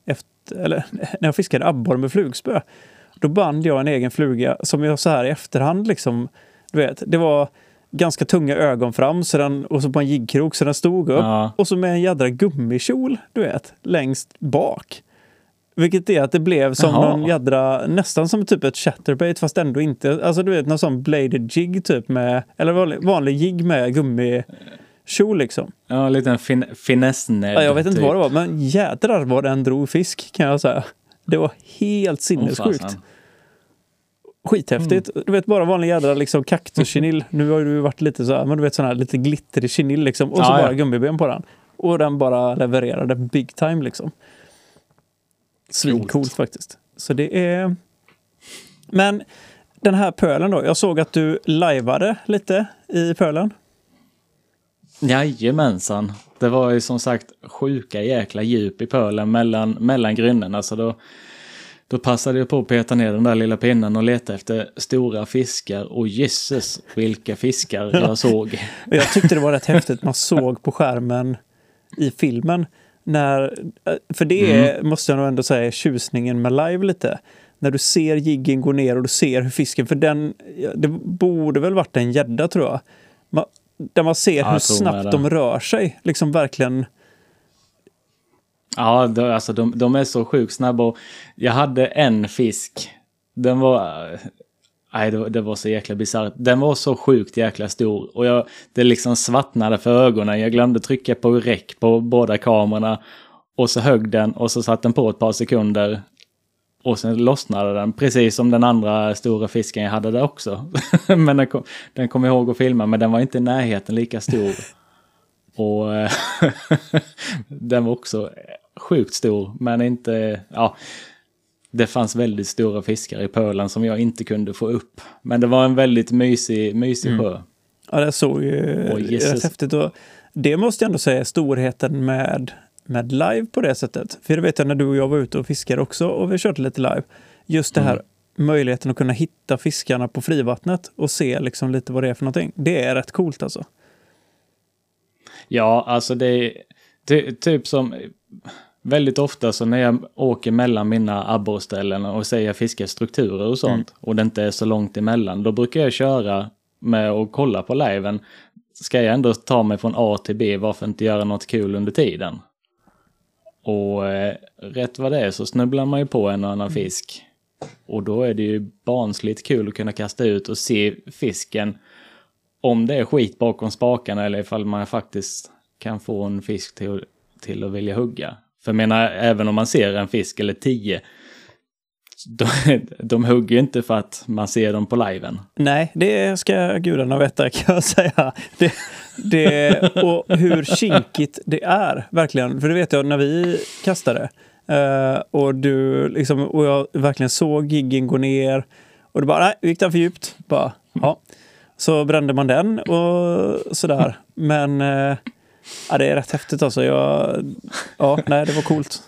efter, eller när jag fiskade abborre med flugspö, då band jag en egen fluga som jag så här i efterhand liksom, du vet, det var ganska tunga ögon fram så den, och så på en jiggkrok så den stod upp Ja. och så med en jädra gummikjol, du vet, längst bak. Vilket är att det blev som Jaha. någon jädra, nästan som typ ett chatterbait fast ändå inte, alltså du vet, någon sån bladed jig typ med, eller vanlig, vanlig jig med gummikjol liksom. Ja, en liten fin finessnädd. Ja, jag vet inte typ. vad det var, men jädrar vad den drog fisk kan jag säga. Det var helt sinnessjukt. Åh, fasen. Skithäftigt. Du vet, bara vanlig jädra liksom kaktuschinill. Nu har du varit lite så här, men du vet sån här lite glitterig chinill liksom. Och så Ja, bara ja. gummiben på den. Och den bara levererade big time liksom. Svincoolt faktiskt. Så det är... Men den här pölen då. Jag såg att du liveade lite i pölen. Jajamensan. Det var ju som sagt sjuka jäkla djup i pölen mellan, mellan grynnorna. Så då, då passade jag på att peta ner den där lilla pinnen och leta efter stora fiskar. Och gisses vilka fiskar jag såg. Jag tyckte det var rätt häftigt. Man såg på skärmen i filmen. När, för det är, mm. måste jag nog ändå säga, tjusningen med live lite. När du ser jiggen gå ner och du ser hur fisken, för den, det borde väl varit en gädda tror jag. Man, där man ser ja, hur snabbt de rör sig. Liksom verkligen. Ja, det, alltså de, de är så sjukt snabba. Och jag hade en fisk. Den var... Nej, det, det var så jäkla bisarrt. Den var så sjukt jäkla stor. Och jag, det liksom svartnade för ögonen. Jag glömde trycka på räck på båda kamerorna. Och så högg den och så satt den på ett par sekunder. Och sen lossnade den. Precis som den andra stora fisken jag hade där också. Men den kom, den kom ihåg att filma. Men den var inte i närheten lika stor. Och den var också sjukt stor. Men inte... Ja, det fanns väldigt stora fiskar i pölen som jag inte kunde få upp. Men det var en väldigt mysig, mysig mm. sjö. Ja, det såg ju rätt häftigt. Och det måste jag ändå säga är storheten med, med live på det sättet. För det vet jag när du och jag var ute och fiskade också och vi körde lite live. Just det här mm. möjligheten att kunna hitta fiskarna på frivattnet och se liksom lite vad det är för någonting. Det är rätt coolt alltså. Ja, alltså det är ty- typ som... Väldigt ofta så när jag åker mellan mina abborrställen och säger fiskestrukturer och sånt mm. och det inte är så långt emellan, då brukar jag köra med och kolla på liven. Ska jag ändå ta mig från A till B, varför inte göra något kul under tiden? Och eh, rätt vad det är så snubblar man ju på en och annan fisk. Och då är det ju barnsligt kul att kunna kasta ut och se fisken, om det är skit bakom spakarna eller ifall man faktiskt kan få en fisk till, till att vilja hugga. För jag menar, även om man ser en fisk eller tio, de, de hugger ju inte för att man ser dem på liven. Nej, det ska gudarna veta kan jag säga. Det, det, och hur kinkigt det är, verkligen. För det vet jag när vi kastade. Uh, och, du, liksom, och jag verkligen såg giggen gå ner. Och det bara, nej, gick den för djupt. Bara, ja. Så brände man den och sådär. Men... Uh, Ja, det är rätt häftigt alltså. Jag, ja, nej, det var coolt.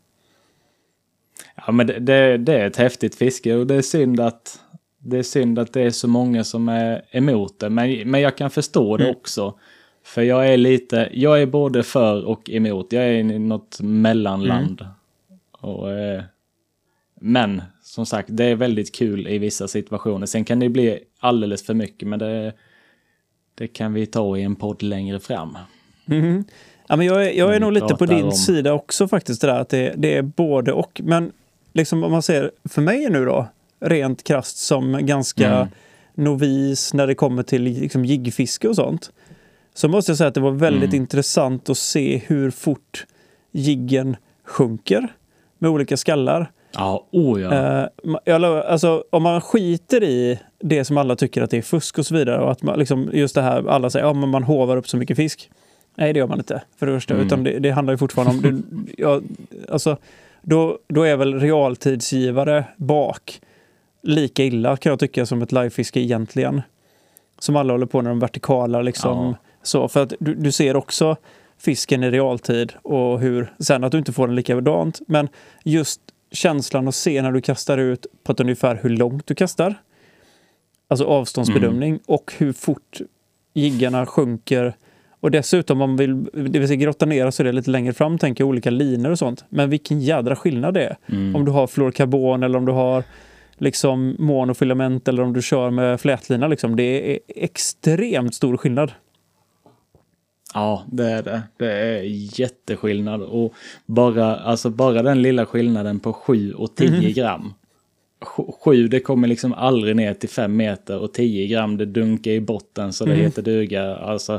Ja, men det, det, det är ett häftigt fiske och det är synd att det är synd att det är så många som är emot det. Men, men jag kan förstå det mm. också. För jag är lite, jag är både för och emot. Jag är i något mellanland. Mm. Och, eh, men som sagt, det är väldigt kul i vissa situationer. Sen kan det bli alldeles för mycket, men det, det kan vi ta i en podd längre fram. Mm. Ja, men jag är, jag är nog lite på din om. sida också faktiskt det där, att det, det är både och, men liksom om man ser för mig nu då, rent krasst som ganska mm. novis när det kommer till liksom jiggfiske och sånt, så måste jag säga att det var väldigt mm. intressant att se hur fort jiggen sjunker med olika skallar. Ja, oh ja. Uh, jag, alltså, om man skiter i det som alla tycker att det är fusk och så vidare, och att man liksom, just det här, alla säger att ja, man hovar upp så mycket fisk. Nej, det gör man inte för det första, mm. utan det, det handlar ju fortfarande om det, ja, alltså, då, då är väl realtidsgivare bak lika illa kan jag tycka som ett livefiske egentligen, som alla håller på när de vertikala liksom, ja. Så, för att du, du ser också fisken i realtid och hur, sen att du inte får den likadant, men just känslan att se när du kastar ut på ett ungefär hur långt du kastar, alltså avståndsbedömning mm. och hur fort jiggarna sjunker Och dessutom om man vill, det vill säga grotta ner så är det lite längre fram, tänker jag, olika linor och sånt. Men vilken jädra skillnad det är. Mm. Om du har fluorkarbon eller om du har liksom monofilament eller om du kör med flätlina. Liksom. Det är extremt stor skillnad. Ja, det är det. Det är jätteskillnad. Och bara, alltså bara den lilla skillnaden på sju och tio mm. gram. sju, det kommer liksom aldrig ner till fem meter och tio gram, det dunkar i botten så det mm. heter duga. Alltså,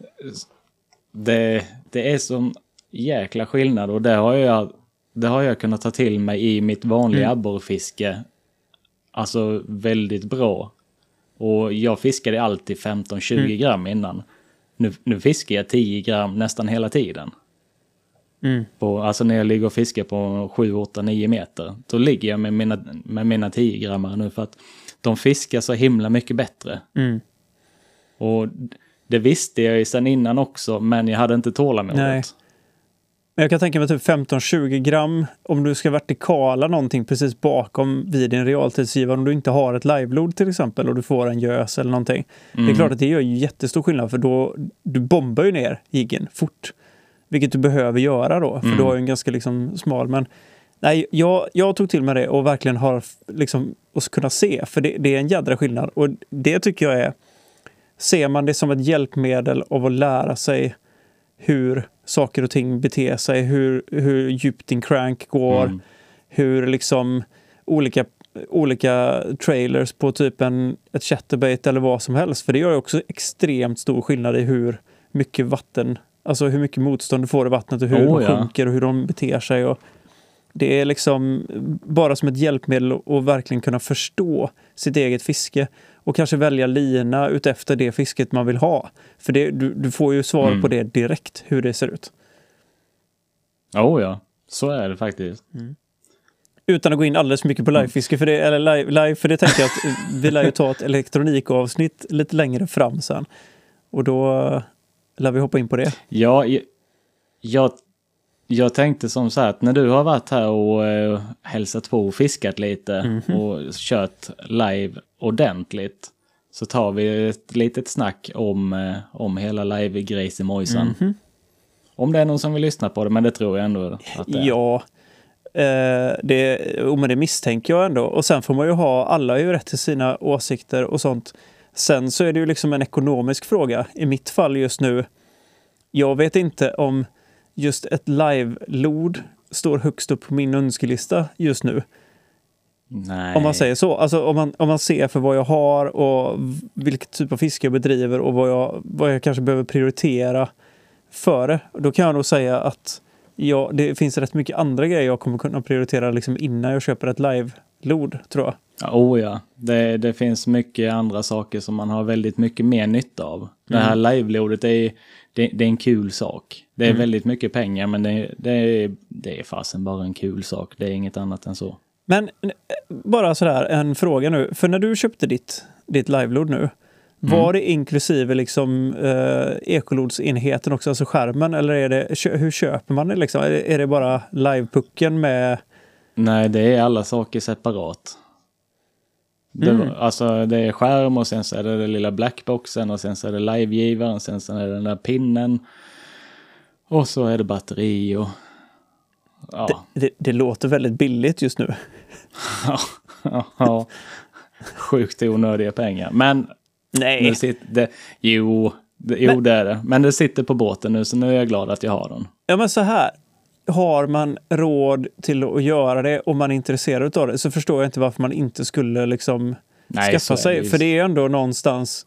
det, det är sån jäkla skillnad och det har jag, det har jag kunnat ta till mig i mitt vanliga mm. abborrfiske. Alltså väldigt bra. Och jag fiskade alltid femton till tjugo mm. gram innan. Nu, nu fiskar jag tio gram nästan hela tiden. Mm. På, alltså när jag ligger och fiskar på sju, åtta, nio meter. Då ligger jag med mina, med mina tio grammar nu för att de fiskar så himla mycket bättre. Mm. Och det visste jag ju sedan innan också, men jag hade inte tålamodet. Nej. Men jag kan tänka mig typ femton till tjugo gram om du ska vertikala någonting precis bakom vid din realtidsgivare, om du inte har ett live-load till exempel och du får en gös eller någonting. Mm. Det är klart att det gör ju jättestor skillnad för då du bombar ju ner jiggen fort. Vilket du behöver göra då, för mm. du har ju en ganska liksom smal, men nej, jag, jag tog till mig det och verkligen har liksom och kunna se, för det, det är en jädra skillnad och det tycker jag är, ser man det som ett hjälpmedel av att lära sig hur saker och ting beter sig, hur, hur djupt din crank går, mm. hur liksom olika, olika trailers på typ en, ett chatterbait eller vad som helst, för det gör ju också extremt stor skillnad i hur mycket vatten, alltså hur mycket motstånd du får i vattnet och hur oh, de ja. sjunker och hur de beter sig. Och det är liksom bara som ett hjälpmedel att verkligen kunna förstå sitt eget fiske och kanske välja lina utefter det fisket man vill ha. För det, du, du får ju svar mm. på det direkt, hur det ser ut. Oh ja, så är det faktiskt. Mm. Utan att gå in alldeles mycket på livefiske, för det, eller live, live, för det tänker jag att vi lär ju ta ett elektronikavsnitt lite längre fram sen. Och då lär vi hoppa in på det. Ja, jag, jag, jag tänkte som så här att när du har varit här och äh, hälsat på och fiskat lite mm-hmm. och kört live ordentligt så tar vi ett litet snack om, äh, om hela live-grejs i Mojsan. Mm-hmm. Om det är någon som vill lyssna på det, men det tror jag ändå att det är. Ja, eh, det, oh, men det misstänker jag ändå. Och sen får man ju ha, alla har ju rätt till sina åsikter och sånt. Sen så är det ju liksom en ekonomisk fråga. I mitt fall just nu, jag vet inte om just ett live-load står högst upp på min önskelista just nu. Nej. Om man säger så. Alltså om man, om man ser för vad jag har och vilken typ av fiske jag bedriver och vad jag, vad jag kanske behöver prioritera före. Då kan jag nog säga att ja, det finns rätt mycket andra grejer jag kommer kunna prioritera liksom innan jag köper ett live-load, tror jag. Oh ja, det, det finns mycket andra saker som man har väldigt mycket mer nytta av. Mm. Det här live-loadet är, det, det är en kul sak. Det är mm. väldigt mycket pengar, men det, det, är, det är fasen bara en kul sak. Det är inget annat än så. Men bara sådär, en fråga nu. För när du köpte ditt, ditt live-load nu, mm. var det inklusive liksom eh, ekolodsenheten också, alltså skärmen, eller är det, hur köper man det liksom? Är det, är det bara live-pucken med... Nej, det är alla saker separat. Det, mm. Alltså det är skärm och sen så är det den lilla blackboxen och sen så är det livegivaren, sen så är det den där pinnen och så är det batteri och ja. Det, det, det låter väldigt billigt just nu. ja, ja, ja. Sjukt onödiga pengar. Men nej. Nu sitter det, jo, det, jo men, det är det. Men det sitter på båten nu så nu är jag glad att jag har den. Ja men så här. Har man råd till att göra det och man är intresserad av det så förstår jag inte varför man inte skulle liksom Nej, skaffa sig. Det för det är ändå någonstans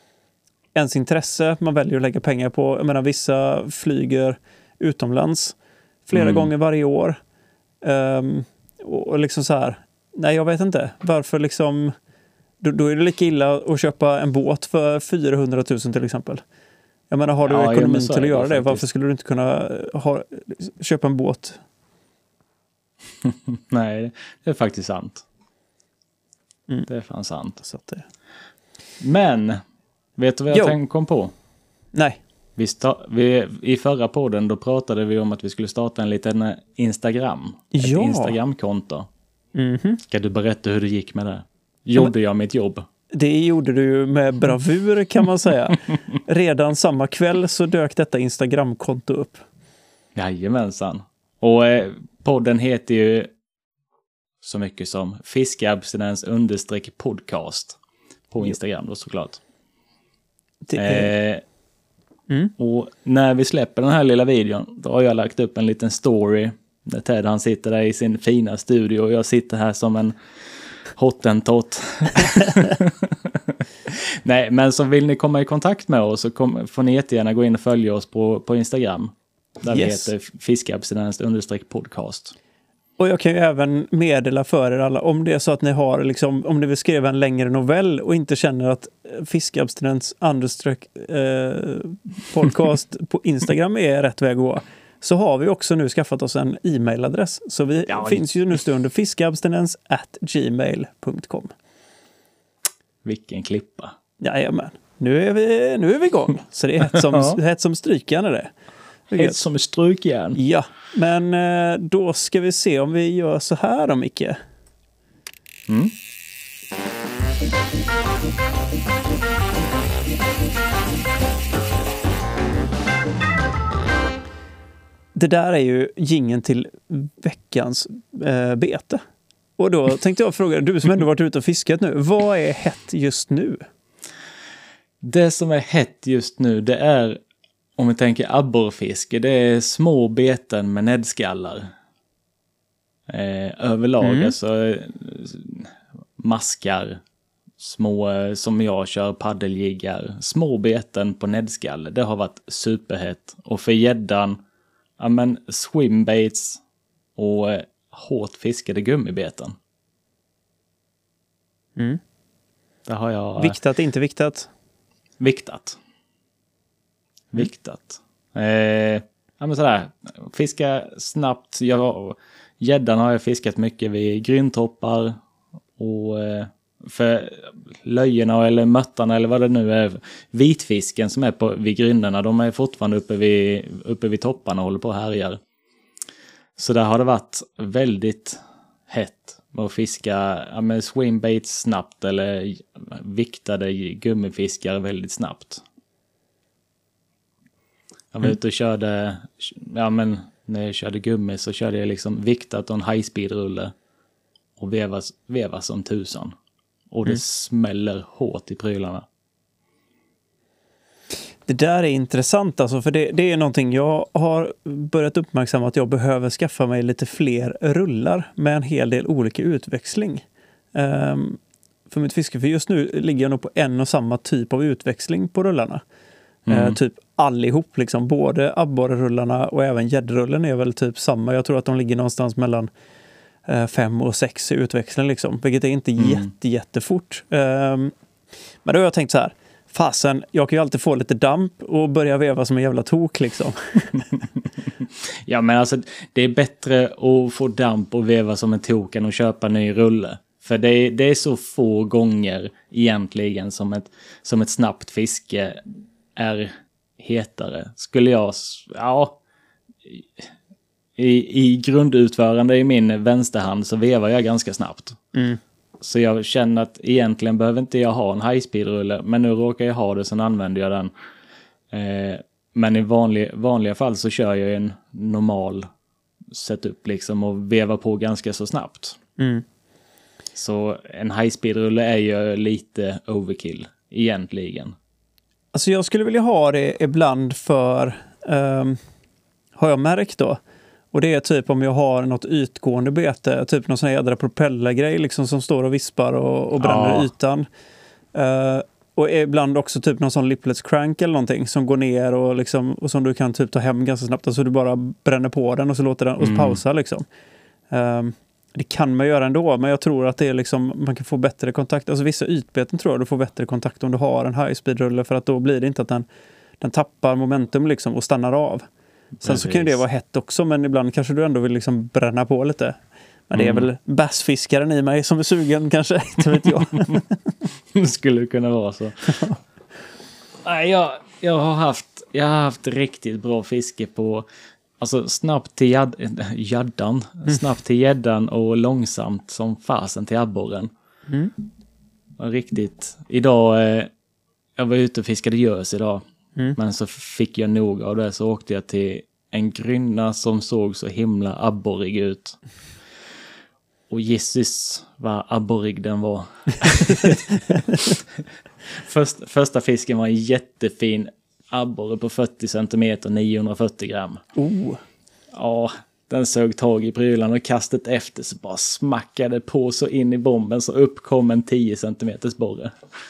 ens intresse man väljer att lägga pengar på. Jag menar, vissa flyger utomlands flera mm. gånger varje år. Um, och, och liksom så här, nej jag vet inte. Varför liksom, då, då är det lika illa att köpa en båt för fyrahundratusen till exempel. Jag menar, har du ja, ekonomin till att göra det, det varför skulle du inte kunna ha, köpa en båt? Nej, det är faktiskt sant. Mm. Det är fan sant. Så att det... Men, vet du vad jag jo. tänkte kom på? Nej. Vi sta- vi, I förra podden då pratade vi om att vi skulle starta en liten Instagram. Ett ja. Instagramkonto. Mm-hmm. Ska du berätta hur det gick med det? Gjorde ja, men... jag mitt jobb? Det gjorde du ju med bravur kan man säga. Redan samma kväll så dök detta Instagramkonto upp. Jajamensan. Och eh, podden heter ju så mycket som fiskeabstinens understreck podcast på Instagram då såklart. Det är... eh, mm. Och när vi släpper den här lilla videon då har jag lagt upp en liten story där Ted han sitter där i sin fina studio och jag sitter här som en hottentott. Nej, men så vill ni komma i kontakt med oss så kom, får ni jättegärna gå in och följa oss på, på Instagram. Där yes. vi heter fiskeabstinens understreck podcast. Och jag kan ju även meddela för er alla om det är så att ni har liksom, om ni vill skriva en längre novell och inte känner att fiskeabstinens understreck eh, podcast på Instagram är rätt väg att gå. Så har vi också nu skaffat oss en e-mailadress. Så vi ja, finns ju nu under fiskeabstinens at gmail punkt com. Vilken klippa. Jajamän. Nu är vi, nu är vi igång. Så det är hett som, ja. hett som strykjärn är det. Hett som strykjärn. Ja, men då ska vi se om vi gör så här då, Micke. Mm. Det där är ju jingeln till veckans eh, bete. Och då tänkte jag fråga, du som ändå varit ute och fiskat nu, vad är hett just nu? Det som är hett just nu, det är, om vi tänker abborrfiske, det är små beten med näddskallar. Eh, överlag, mm. alltså maskar, små som jag kör paddeljiggar, små beten på näddskalle. Det har varit superhett. Och för gäddan, ja men swimbaits och eh, hårt fiskade gummibeten. Mm. Där har jag... Viktat, inte viktat? Viktat. Mm. Viktat. Eh, ja men sådär, fiska snabbt. Jag, gäddan har jag fiskat mycket vid gryntoppar och eh, för löjerna eller möttarna eller vad det nu är, vitfisken som är på, vid grynnorna, de är fortfarande uppe vid, uppe vid topparna och håller på och härjar. Så där har det varit väldigt hett med att fiska ja, med swimbaits snabbt eller viktade gummifiskar väldigt snabbt. Jag var mm. ute och körde, ja men när jag körde gummi så körde jag liksom viktat och en high speed rulle och vevas, vevas som tusan. Och det mm. smäller hårt i prylarna. Det där är intressant alltså, för det, det är någonting jag har börjat uppmärksamma att jag behöver skaffa mig lite fler rullar med en hel del olika utväxling. Um, för mitt fiske, för just nu ligger jag nog på en och samma typ av utväxling på rullarna. Mm. Uh, typ allihop, liksom, både abborrerullarna och även gäddrullen är väl typ samma. Jag tror att de ligger någonstans mellan uh, fem och sex i utväxling, liksom, vilket är inte mm. jätte, jättefort. Um, men då har jag tänkt så här, fasen, jag kan ju alltid få lite damp och börja veva som en jävla tok liksom. Ja men alltså det är bättre att få damp och veva som en tok än att köpa en ny rulle. För det är, det är så få gånger egentligen som ett, som ett snabbt fiske är hetare. Skulle jag, ja, i, i grundutförande i min vänsterhand så vevar jag ganska snabbt. Mm. Så jag känner att egentligen behöver inte jag ha en high speed rulle, men nu råkar jag ha det så använder jag den. Eh, men i vanlig, vanliga fall så kör jag en normal setup liksom och vevar på ganska så snabbt. Mm. Så en high speed rulle är ju lite overkill egentligen. Alltså jag skulle vilja ha det ibland för um, har jag märkt då. Och det är typ om jag har något ytgående bete, typ någon sån här jädra propellergrej liksom som står och vispar och, och bränner ja. ytan. Uh, och ibland också typ någon sån lipless crank eller någonting som går ner och, liksom, och som du kan typ ta hem ganska snabbt. Alltså du bara bränner på den och så låter den och mm. pausa liksom. Um, det kan man göra ändå, men jag tror att det är liksom, man kan få bättre kontakt. Alltså vissa ytbeten tror jag du får bättre kontakt om du har en high speed rulle, för att då blir det inte att den, den tappar momentum liksom och stannar av. Sen Precis. Så kan det vara hett också, men ibland kanske du ändå vill liksom bränna på lite. Men mm. det är väl bassfiskaren i mig som är sugen kanske, inte vet jag. Det skulle kunna vara så. Nej, jag, jag, har haft, jag har haft riktigt bra fiske på, alltså snabbt till jad, jaddan, mm. snabbt till gäddan och långsamt som fasen till abborren. Mm. var riktigt. Idag, eh, jag var ute och fiskade gös idag. Mm. Men så fick jag nog av det, så åkte jag till en grynna som såg så himla abborrig ut. Och Jesus, vad abborrig den var. Först, första fisken var en jättefin abborre på fyrtio centimeter, niohundrafyrtio gram. Oh. Ja, den sög tag i prylan och kastet efter så bara smackade på så in i bomben så upp kom en tio centimeters borre.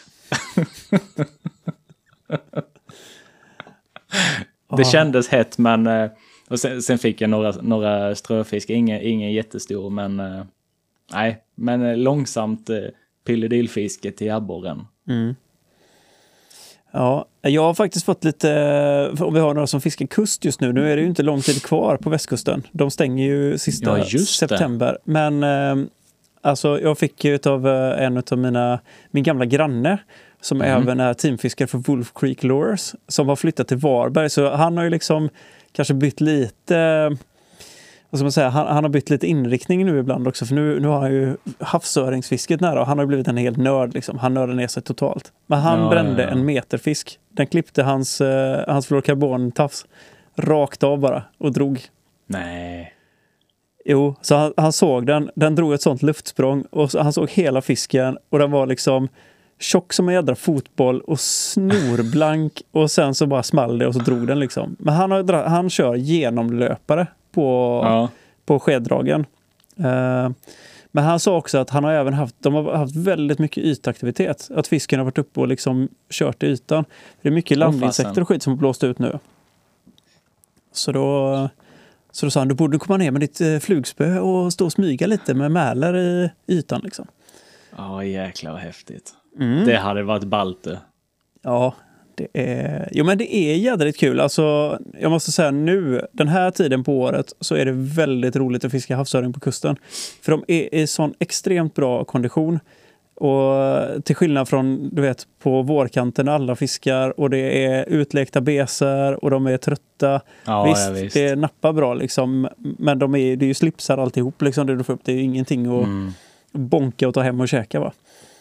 Det kändes hett, men och sen, sen fick jag några, några ströfisk, ingen, ingen jättestor, men nej, men långsamt pilledilfiske till abborren. Mm. Ja, jag har faktiskt fått lite, om vi har några som fiskar kust just nu, nu är det ju inte lång tid kvar på västkusten. De stänger ju sista ja, september. Det. Men eh, alltså jag fick ju av en av mina, min gamla granne som mm. även är teamfiskare för Wolf Creek Lures, som har flyttat till Varberg. Så han har ju liksom kanske bytt lite, vad ska man säga, han, han har bytt lite inriktning nu ibland också. För nu, nu har han ju havsöringsfisket nära och han har blivit en helt nörd liksom. Han nördade ner sig totalt. Men han ja, brände ja, ja. en meterfisk. Den klippte hans, uh, hans fluorkarbon-tafs rakt av bara och drog. Nej. Jo, så han, han såg den. Den drog ett sånt luftsprång och så, han såg hela fisken och den var liksom tjock som en jädra fotboll och snorblank och sen så bara small det och så drog den liksom. Men han, har, han kör genomlöpare på, ja. på skeddragen. Uh, men han sa också att han har även haft, de har haft väldigt mycket ytaktivitet. Att fisken har varit uppe och liksom kört i ytan. Det är mycket landinsekter och skit som har blåst ut nu. Så då, så då sa han, du borde komma ner med ditt uh, flugspö och stå och smyga lite med mälar i ytan liksom. Ja, jäklar vad häftigt. Mm. Det hade varit balte. Ja, det är, jo men det är jädrigt kul. Alltså, jag måste säga nu, den här tiden på året så är det väldigt roligt att fiska havsöring på kusten. För de är i sån extremt bra kondition. Och till skillnad från, du vet, på vårkanten alla fiskar och det är utlekta beser och de är trötta. Ja, visst, ja, visst, det nappar bra liksom. Men de är, det är ju slipsar alltihop liksom, det du får upp. Det är ju ingenting att mm. bonka och ta hem och käka, va?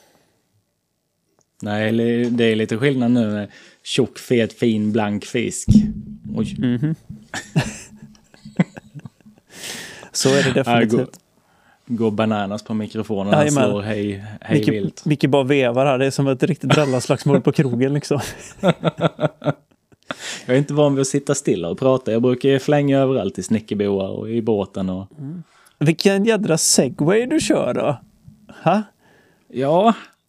Nej, det är lite skillnad nu med tjock, fet, fin, blank fisk. Oj. Mm-hmm. Så är det definitivt. Går, går bananas på mikrofonen och ja, slår hej, hej Micke, vilt. Micke bara vevar här. Det är som ett riktigt drallaslagsmål på krogen liksom. Jag är inte van vid att sitta stilla och prata. Jag brukar flänga överallt i snickerboar och i båten. Och... Mm. Vilken jädra segway du kör då? Ha? Ja.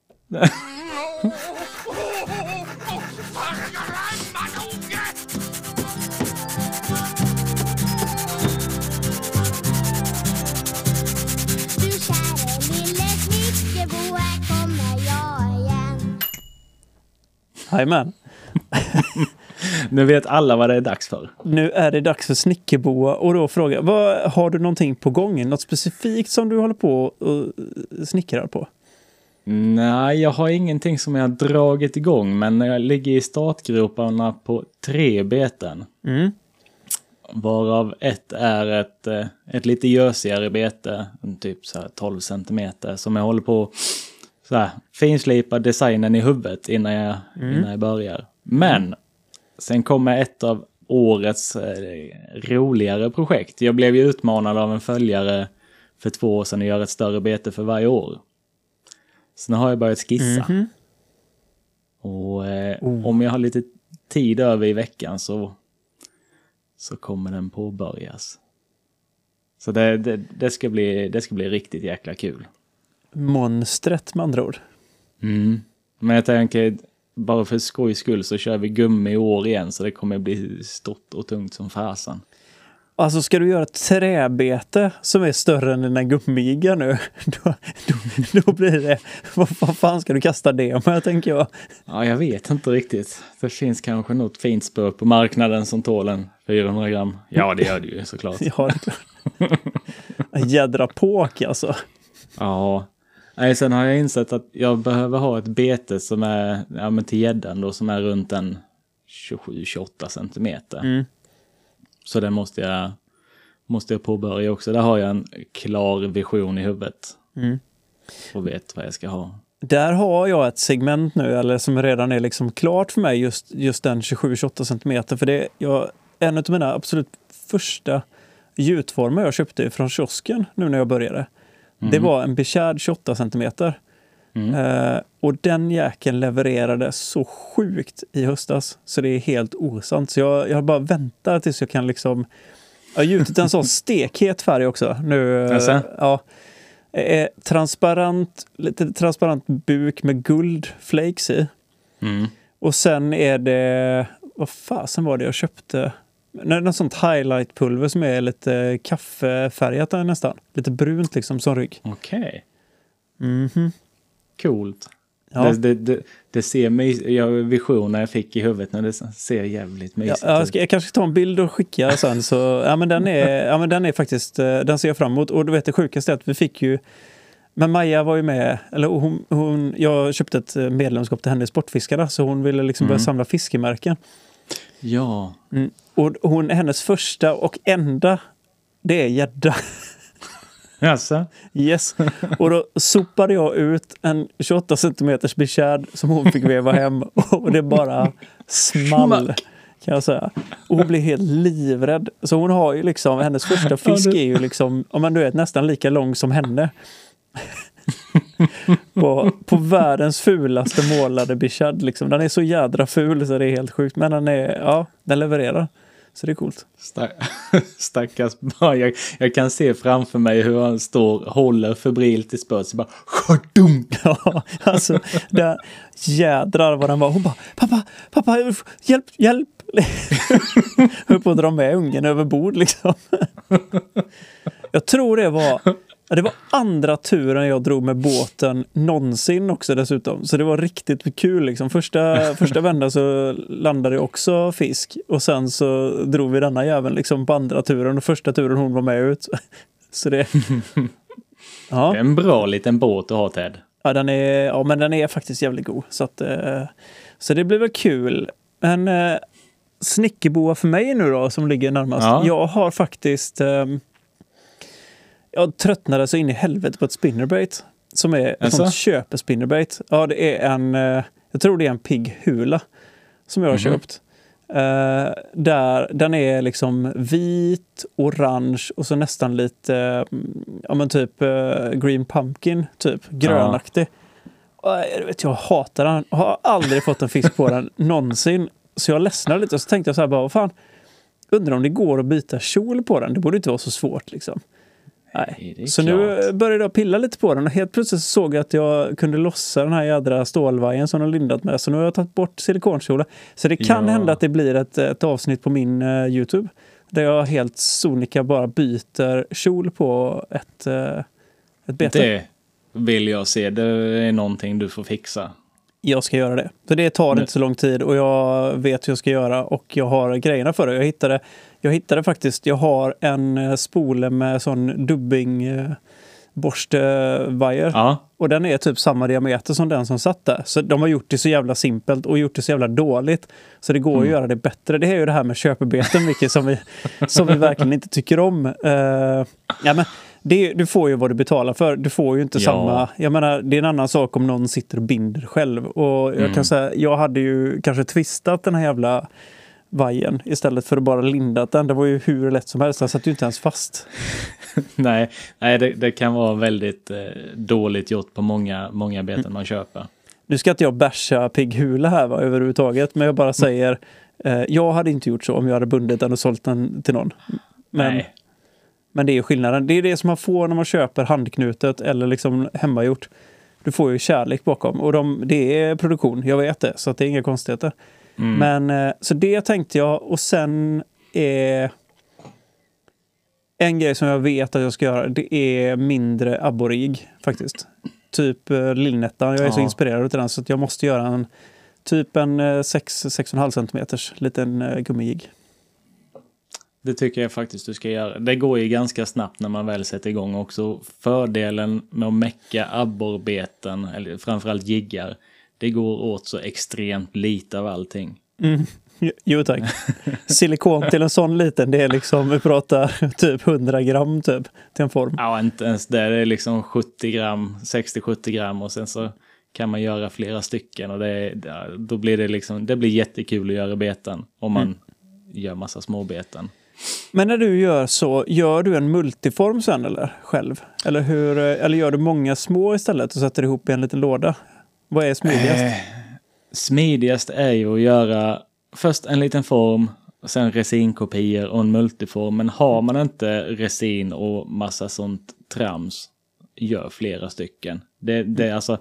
Jajamän. Nu vet alla vad det är dags för. Nu är det dags för snickerboa och då fråga, vad, har du någonting på gång? Något specifikt som du håller på och snickrar på? Nej, jag har ingenting som jag har dragit igång, men jag ligger i startgroparna på tre beten. Mm. Varav ett är ett, ett lite gösigare bete, typ så här tolv centimeter, som jag håller på så här finslipa designen i huvudet innan jag, mm. innan jag börjar. Men mm. sen kommer ett av årets eh, roligare projekt. Jag blev ju utmanad av en följare för två år sedan att göra ett större bete för varje år. Så nu har jag börjat skissa. Mm-hmm. Och eh, oh. om jag har lite tid över i veckan så, så kommer den påbörjas. Så det, det, det, ska bli, det ska bli riktigt jäkla kul. Monstret med andra ord. Mm. Men jag tänker, bara för skojs skull så kör vi gummi i år igen. Så det kommer bli stort och tungt som fasen. Alltså ska du göra ett träbete som är större än dina gummiggar nu, då, då, då blir det, vad, vad fan ska du kasta det med, tänker jag. Ja, jag vet inte riktigt. Det finns kanske något fint spö på marknaden som tål en fyrahundra gram. Ja, det gör det ju såklart. Ja, det är klart. En jädra påk alltså. Ja. Nej, sen har jag insett att jag behöver ha ett bete som är, ja men till gäddan då, som är runt en tjugosju till tjugoåtta centimeter. Mm. Så det måste jag, måste jag påbörja också. Där har jag en klar vision i huvudet. Mm. Och vet vad jag ska ha. Där har jag ett segment nu, eller som redan är liksom klart för mig, just, just den tjugosju till tjugoåtta centimeter. För det är jag, en av mina absolut första gjutformer jag köpte från kiosken nu när jag började. Mm. Det var en Bichard tjugoåtta centimeter. Mm. Uh, och den jäkeln levererade så sjukt i höstas. Så det är helt osant. Så jag, jag har bara väntat tills jag kan liksom... Jag har gjutit en sån stekhet färg också. Nu, uh, ja. Eh, transparent, lite transparent buk med guldflakes i. Mm. Och sen är det... Vad fasen var det jag köpte? Något sånt highlightpulver som är lite kaffefärgat nästan. Lite brunt liksom som rygg. Okej. Okay. Mhm. Coolt. Ja. Det, det, det, det ser mig, jag visioner jag fick i huvudet när det ser jävligt mysigt ja, jag, ska, jag kanske ska ta en bild och skicka sen. Så, ja, men den är, ja, men den är faktiskt, den ser jag fram emot. Och du vet det sjukaste är att vi fick ju, men Maja var ju med, eller hon, hon, jag köpte ett medlemskap till henne i Sportfiskarna, så hon ville liksom mm. börja samla fiskemärken. Ja. Mm. Och hon, hennes första och enda, det är gädda. Jaså? Yes. Och då sopade jag ut en tjugoåtta centimeters Bichard som hon fick veva hem. Och det bara small, kan jag säga. Och hon blev helt livrädd. Så hon har ju liksom, hennes första fisk är ju liksom, om man du vet, nästan lika lång som henne. på, på världens fulaste målade Bichard liksom. Den är så jädra ful så det är helt sjukt. Men den är, ja, den levererar. Så det är coolt. Stack, stackars barn. Jag, jag kan se framför mig hur han står, håller febrilt i spöt. Så bara, skjordum! Ja, alltså, där jädrar vad den var. Hon bara, pappa, pappa, hjälp, hjälp! Höll på att dra med ungen över bord liksom. Jag tror det var... Det var andra turen jag drog med båten någonsin också dessutom. Så det var riktigt kul liksom. Första, första vändan så landade också fisk. Och sen så drog vi denna jäveln liksom på andra turen. Och första turen hon var med ut. Så det... Ja. Det är en bra liten båt att ha, Ted. Ja, den är, ja men den är faktiskt jävligt god. Så, att, så det blir väl kul. Men äh, snickerboa för mig nu då som ligger närmast. Ja. Jag har faktiskt... Äh, Jag tröttnade så in i helvete på ett spinnerbait. Som är ett sånt köpespinnerbait. Ja, det är en... Jag tror det är en pigg hula. Som jag har mm-hmm. köpt. Uh, där, den är liksom vit, orange och så nästan lite... Ja men typ uh, green pumpkin. Typ grönaktig. Ja. Och, jag vet, jag hatar den. Jag har aldrig fått en fisk på den någonsin. Så jag ledsnade lite och så tänkte jag så här bara, vad fan... Undrar om det går att byta kjol på den. Det borde inte vara så svårt liksom. Nej. Så klart. Nu började jag pilla lite på den och helt plötsligt såg jag att jag kunde lossa den här jädra stålvajen som de lindat med. Så nu har jag tagit bort silikonkjolar. Så det kan ja. hända att det blir ett, ett avsnitt på min uh, YouTube där jag helt sonika bara byter kjol på ett, uh, ett bete. Det vill jag se. Det är någonting du får fixa. Jag ska göra det. För det tar inte så lång tid och jag vet hur jag ska göra och jag har grejerna för det. Jag hittade, jag hittade faktiskt, jag har en spole med sån dubbing eh, borstvajer. Ja. Och den är typ samma diameter som den som satt där. Så de har gjort det så jävla simpelt och gjort det så jävla dåligt. Så det går mm. att göra det bättre. Det är ju det här med köpebeten, vilket som vi, som vi verkligen inte tycker om. Uh, ja, men det, du får ju vad du betalar för. Du får ju inte ja. samma... Jag menar, det är en annan sak om någon sitter och binder själv. Och jag mm. kan säga, jag hade ju kanske twistat den här jävla vajen istället för att bara lindat den. Det var ju hur lätt som helst. Den satt ju inte ens fast. nej, nej det, det kan vara väldigt eh, dåligt gjort på många, många beten mm. man köper. Nu ska inte jag bärsa pigghula här va, överhuvudtaget. Men jag bara säger, eh, jag hade inte gjort så om jag hade bundit den och sålt den till någon. Men, nej. men det är ju skillnaden. Det är det som man får när man köper handknutet eller liksom hemmagjort. Du får ju kärlek bakom. Och de, det är produktion, jag vet det. Så att det är inga konstigheter. Mm. Men, eh, så det tänkte jag. Och sen är... En grej som jag vet att jag ska göra, det är mindre abborrig faktiskt. Typ uh, lillnättan. Jag är ja. så inspirerad av den så att jag måste göra en typ en uh, sex till sex komma fem centimeters liten uh, gummijigg. Det tycker jag faktiskt du ska göra. Det går ju ganska snabbt när man väl sätter igång också. Fördelen med att mäcka abborbeten, eller framförallt jiggar, det går åt så extremt lite av allting. Mm. Jo tack. Silikon till en sån liten, det är liksom, vi pratar typ hundra gram typ till en form. Ja, inte ens det. Det är liksom sjuttio gram, sextio till sjuttio gram och sen så kan man göra flera stycken och det, då blir det liksom, det blir jättekul att göra beten om man mm. gör massa små beten. Men när du gör så, gör du en multiform sen eller själv? Eller, hur, eller gör du många små istället och sätter ihop i en liten låda? Vad är smidigast? Eh, smidigast är ju att göra först en liten form, sen resinkopior och en multiform. Men har man inte resin och massa sånt trams, gör flera stycken. Det, det är alltså...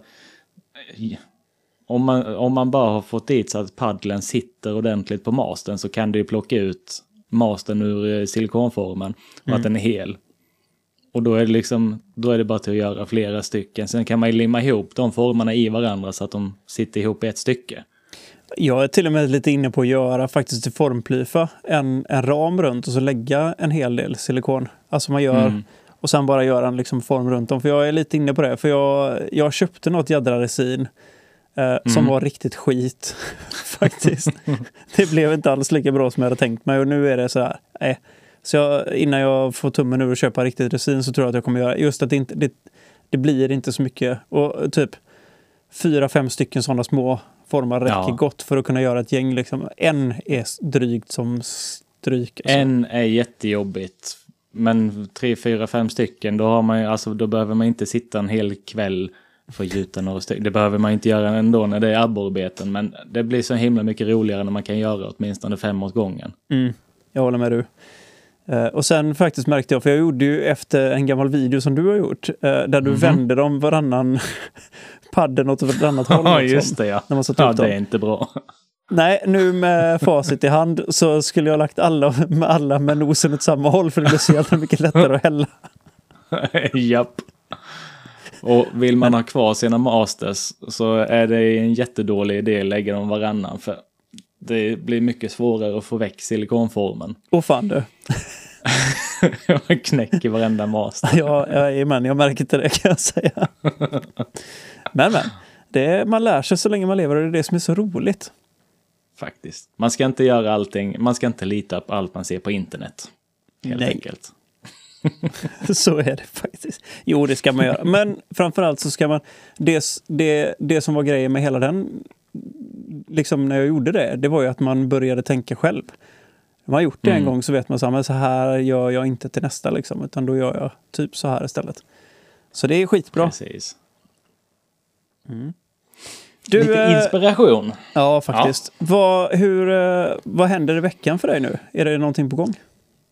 Om man, om man bara har fått dit så att paddeln sitter ordentligt på masten så kan du ju plocka ut masten ur silikonformen och mm. att den är hel. Och då är det liksom, då är det bara till att göra flera stycken. Sen kan man ju limma ihop de formarna i varandra så att de sitter ihop i ett stycke. Jag är till och med lite inne på att göra faktiskt i formplyfa en, en ram runt och så lägga en hel del silikon. Alltså man gör mm. och sen bara göra en liksom form runt om. För jag är lite inne på det. För jag, jag köpte något jädra resin eh, mm. som var riktigt skit faktiskt. Det blev inte alls lika bra som jag hade tänkt mig och nu är det så här, nej. Så jag, innan jag får tummen ur och köpa riktigt resin så tror jag att jag kommer göra just att det inte, det, det blir inte så mycket och typ fyra, fem stycken sådana små formar räcker ja. gott för att kunna göra ett gäng liksom. En är drygt som stryk. Alltså. En är jättejobbigt men tre, fyra, fem stycken då har man ju, alltså då behöver man inte sitta en hel kväll för att gjuta några stycken. Det behöver man inte göra ändå när det är abborrbeten men det blir så himla mycket roligare när man kan göra åtminstone fem åt gången. Mm, jag håller med du. Uh, och sen faktiskt märkte jag, för jag gjorde ju efter en gammal video som du har gjort, uh, där du mm-hmm. vände dem varannan padden åt varannat håll. Ja, just det, ja. När man satt ja, ut det är inte bra. Nej, nu med facit i hand så skulle jag lagt alla med alla med nosen åt samma håll för det blir så jävla mycket lättare att hälla. Japp. Och vill man ha kvar sina masters så är det en jättedålig idé att lägga dem varannan för det blir mycket svårare att få väck silikonformen. Åh fan du. Jag knäcker varenda master. Ja, ja men jag märker inte det kan jag säga. Men men, det är, man lär sig så länge man lever och det är det som är så roligt. Faktiskt. Man ska inte göra allting, man ska inte lita på allt man ser på internet. Helt Nej. enkelt. Så är det faktiskt. Jo, det ska man göra. Men framförallt så ska man, det, det, det som var grejen med hela den, liksom när jag gjorde det, det var ju att man började tänka själv. Om man har gjort det en mm. gång så vet man så här, men så här gör jag inte till nästa liksom, utan då gör jag typ så här istället. Så det är skitbra. Precis. Mm. Du, Lite inspiration. Eh, ja, faktiskt. Ja. Vad, hur, eh, vad händer i veckan för dig nu? Är det någonting på gång?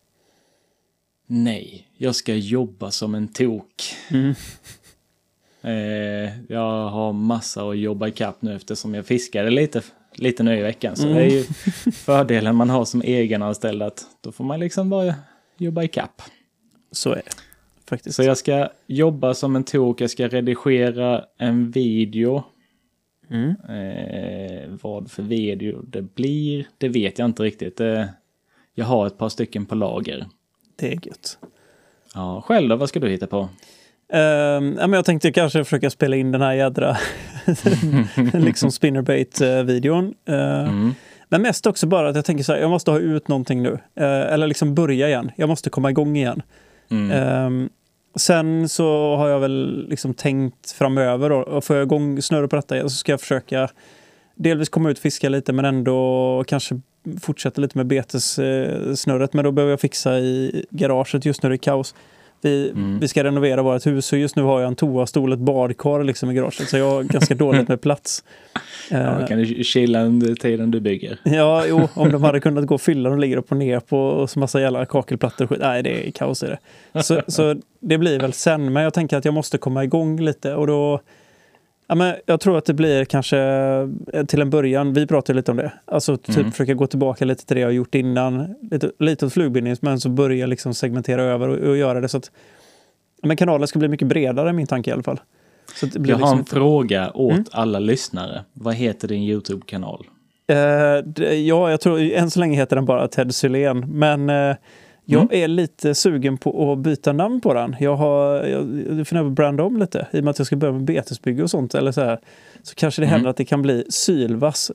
Nej, jag ska jobba som en tok. Mm. Eh, jag har massa att jobba i kapp nu eftersom jag fiskade lite, lite nu i veckan. Så mm. det är ju fördelen man har som egenanställd att då får man liksom bara jobba i kapp. Så är det faktiskt. Så jag ska jobba som en tok. Jag ska redigera en video. Mm. Eh, vad för video det blir, det vet jag inte riktigt. Eh, jag har ett par stycken på lager. Det är gött. Ja, själv då, vad ska du hitta på? Uh, ja, men jag tänkte kanske försöka spela in den här jädra liksom spinnerbait-videon. Uh, mm. Men mest också bara att jag tänker så här, jag måste ha ut någonting nu. Uh, eller liksom börja igen. Jag måste komma igång igen. Mm. Uh, sen så har jag väl liksom tänkt framöver då, och får jag igång snurra på detta så ska jag försöka delvis komma ut och fiska lite men ändå kanske fortsätta lite med betessnurret. Men då behöver jag fixa i garaget, just nu är det kaos. Vi, mm. vi ska renovera vårt hus och just nu har jag en toastol, ett badkar liksom i garaget så jag har ganska dåligt med plats. Ja, uh, kan du chilla under tiden du bygger? Ja, jo, om de hade kunnat gå och fylla, de ligger upp och ner på och så massa jävla kakelplattor. Nej, det är kaos i det. Så, så det blir väl sen, men jag tänker att jag måste komma igång lite och då ja, men jag tror att det blir kanske till en början, vi pratade lite om det. Alltså typ mm. försöka gå tillbaka lite till det jag har gjort innan. Lite, lite åt flugbindning, men så börja liksom segmentera över och, och göra det så att men kanalen ska bli mycket bredare, min tanke i alla fall. Så det blir jag liksom har en inte... fråga åt mm. alla lyssnare. Vad heter din YouTube-kanal? Uh, ja, jag tror än så länge heter den bara Ted Sylén. Men uh, jag mm. är lite sugen på att byta namn på den. Jag har jag, jag funderar på att branda om lite i och med att jag ska börja med betesbygge och sånt eller så här. Så kanske det mm. händer att det kan bli Sylvass.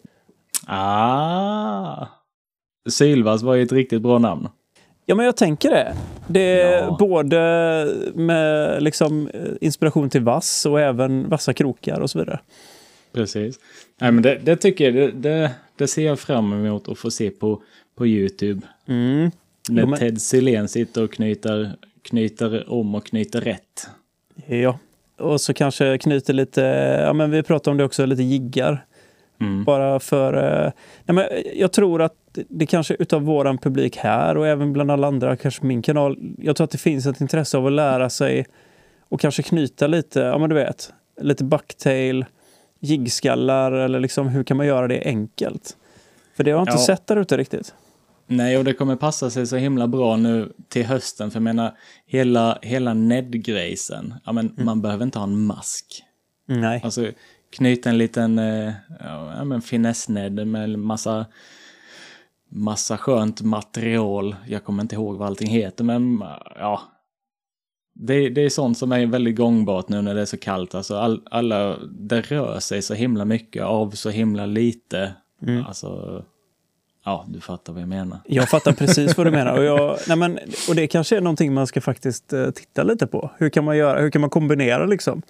Ah. Sylvass var ju ett riktigt bra namn. Ja, men jag tänker det. Det är ja. både med liksom inspiration till vass och även vassa krokar och så vidare. Precis. Nej, men det, det tycker jag, det, det, det ser jag fram emot att få se på, på YouTube. Mm. När Jo, men- Ted Sylén sitter och knyter, knyter om och knyter rätt. Ja. Och så kanske knyter lite, ja men vi pratar om det också, lite jiggar. Mm. Bara för, eh, nej men jag tror att det kanske utav våran publik här och även bland alla andra, kanske min kanal, jag tror att det finns ett intresse av att lära sig och kanske knyta lite, ja men du vet, lite bucktail, jiggskallar eller liksom hur kan man göra det enkelt? För det har jag inte Ja. sett där ute riktigt. Nej, och det kommer passa sig så himla bra nu till hösten. För jag menar, hela, hela Ned-grejsen, ja men Mm. man behöver inte ha en mask. Nej. Alltså knyta en liten eh, ja, men finess-Ned med massa, massa skönt material. Jag kommer inte ihåg vad allting heter, men ja. Det, det är sånt som är väldigt gångbart nu när det är så kallt. Alltså all, alla, det rör sig så himla mycket av så himla lite. Mm. Alltså, ja, du fattar vad jag menar. Jag fattar precis vad du menar. Och, jag, nej men, och det kanske är någonting man ska faktiskt eh, titta lite på. Hur kan man göra? Hur kan man kombinera liksom?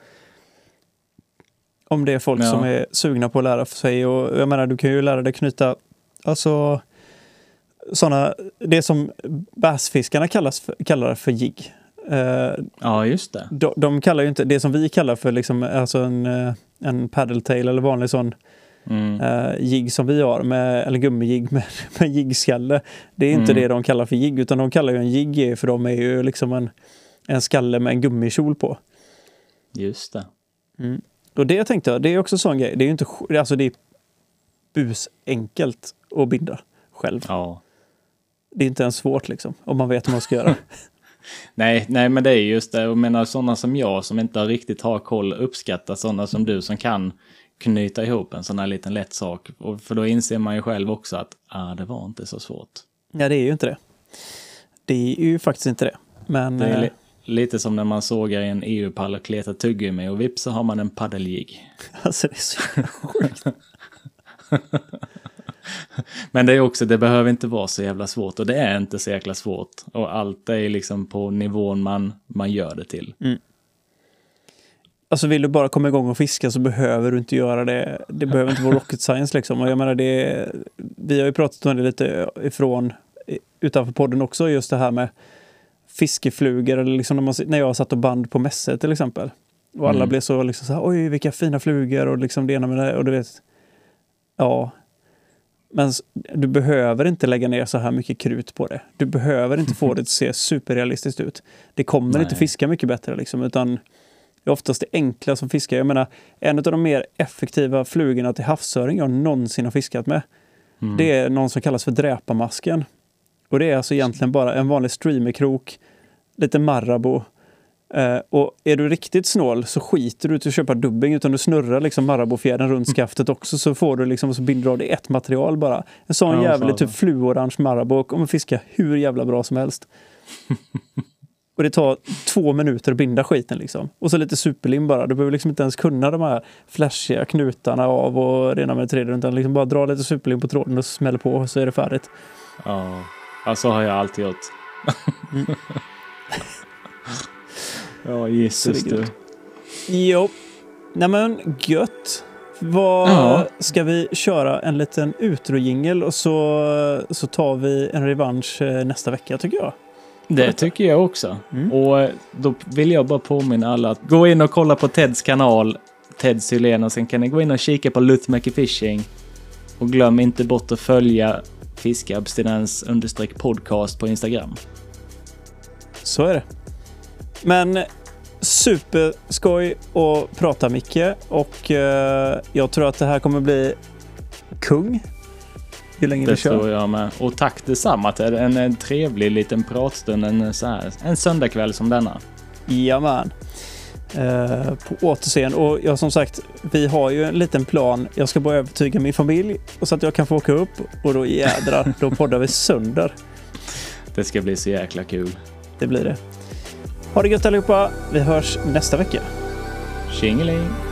Om det är folk Ja. som är sugna på att lära sig. Och jag menar, du kan ju lära dig knyta, alltså sådana, det som bassfiskarna kallas för, kallar för jigg. Eh, Ja, just det. de, de kallar ju inte det som vi kallar för liksom, alltså en, eh, en paddletail eller vanlig sån Mm. uh, jigg som vi har, med, eller gummijigg med, med jiggskalle. Det är inte Mm. det de kallar för jigg, utan de kallar ju en jigg för de är ju liksom en, en skalle med en gummikjol på. Just det. Mm. Och det jag tänkte, det är också sån grej. Det är ju inte, alltså det är busenkelt att binda själv. Ja. Det är inte ens svårt liksom, om man vet hur man ska göra. Nej, nej, men det är just det. Jag menar, sådana som jag som inte riktigt har koll uppskattar sådana som du som kan knyta ihop en sån här liten lätt sak. Och för då inser man ju själv också att ah, det var inte så svårt. Ja, det är ju inte det. Det är ju faktiskt inte det. Men Det är eh, li- lite som när man sågar i en E U-pall och kletar tuggummi och vips så har man en paddeljigg. alltså det är så jävla sjukt. Men det är också, det behöver inte vara så jävla svårt och det är inte så jäkla svårt. Och allt är liksom på nivån man, man gör det till. Alltså vill du bara komma igång och fiska så behöver du inte göra det. Det behöver inte vara rocket science liksom. Och jag menar det, vi har ju pratat om det lite ifrån utanför podden också, just det här med fiskeflugor eller liksom när, man, när jag satt och band på mässor till exempel. Och alla Mm. blev så liksom så här, oj vilka fina flugor och liksom det ena med det, och du vet, ja. Men s- du behöver inte lägga ner så här mycket krut på det. Du behöver inte få det att se superrealistiskt ut. Det kommer Nej. inte fiska mycket bättre liksom, utan det är oftast det enkla som fiskar. Jag menar, en av de mer effektiva flugorna till havsöring jag någonsin har fiskat med, Mm. det är någon som kallas för dräpamasken. Och det är alltså egentligen bara en vanlig streamerkrok, lite Marabou. Eh, och är du riktigt snål så skiter du ut att köpa dubbing, utan du snurrar liksom Marabou-fjädern runt skaftet också, så får du liksom, så binder du av det ett material bara. En sån Ja, jävlig fan. typ fluorange Marabou kommer fiska hur jävla bra som helst. Och det tar två minuter att binda skiten liksom. Och så lite superlim bara. Du behöver liksom inte ens kunna de här flashiga knutarna av och rena med tredje, utan liksom bara dra lite superlim på tråden och smäller på, så är det färdigt. Ja, ja, så har jag alltid gjort. Mm. Ja, Jesus Så det är du. gött. Jo. Nej men gött. Vad Ja. ska vi köra en liten utro-jingle och så, så tar vi en revansch eh, nästa vecka tycker jag. Det tycker jag också. Mm. Och eh, då vill jag bara påminna alla att gå in och kolla på Teds kanal, Ted Sylén, och sen kan ni gå in och kika på Luthmacke Fishing. Och glöm inte bort att följa fiskeabstinens understreck podcast på Instagram. Så är det. Men superskoj att prata Micke, och eh, jag tror att det här kommer bli kung hur länge Det vi kör. tror jag med. Och tack detsamma till en, en trevlig liten pratstund en, så här, en söndagkväll som denna. Jamen. Eh, på återseende. Och jag som sagt, vi har ju en liten plan. Jag ska bara övertyga min familj och så att jag kan få åka upp, och då jädrar, då poddar vi sönder. Det ska bli så jäkla kul. Det blir det. Ha det gött allihopa. Vi hörs nästa vecka. Tjingeling!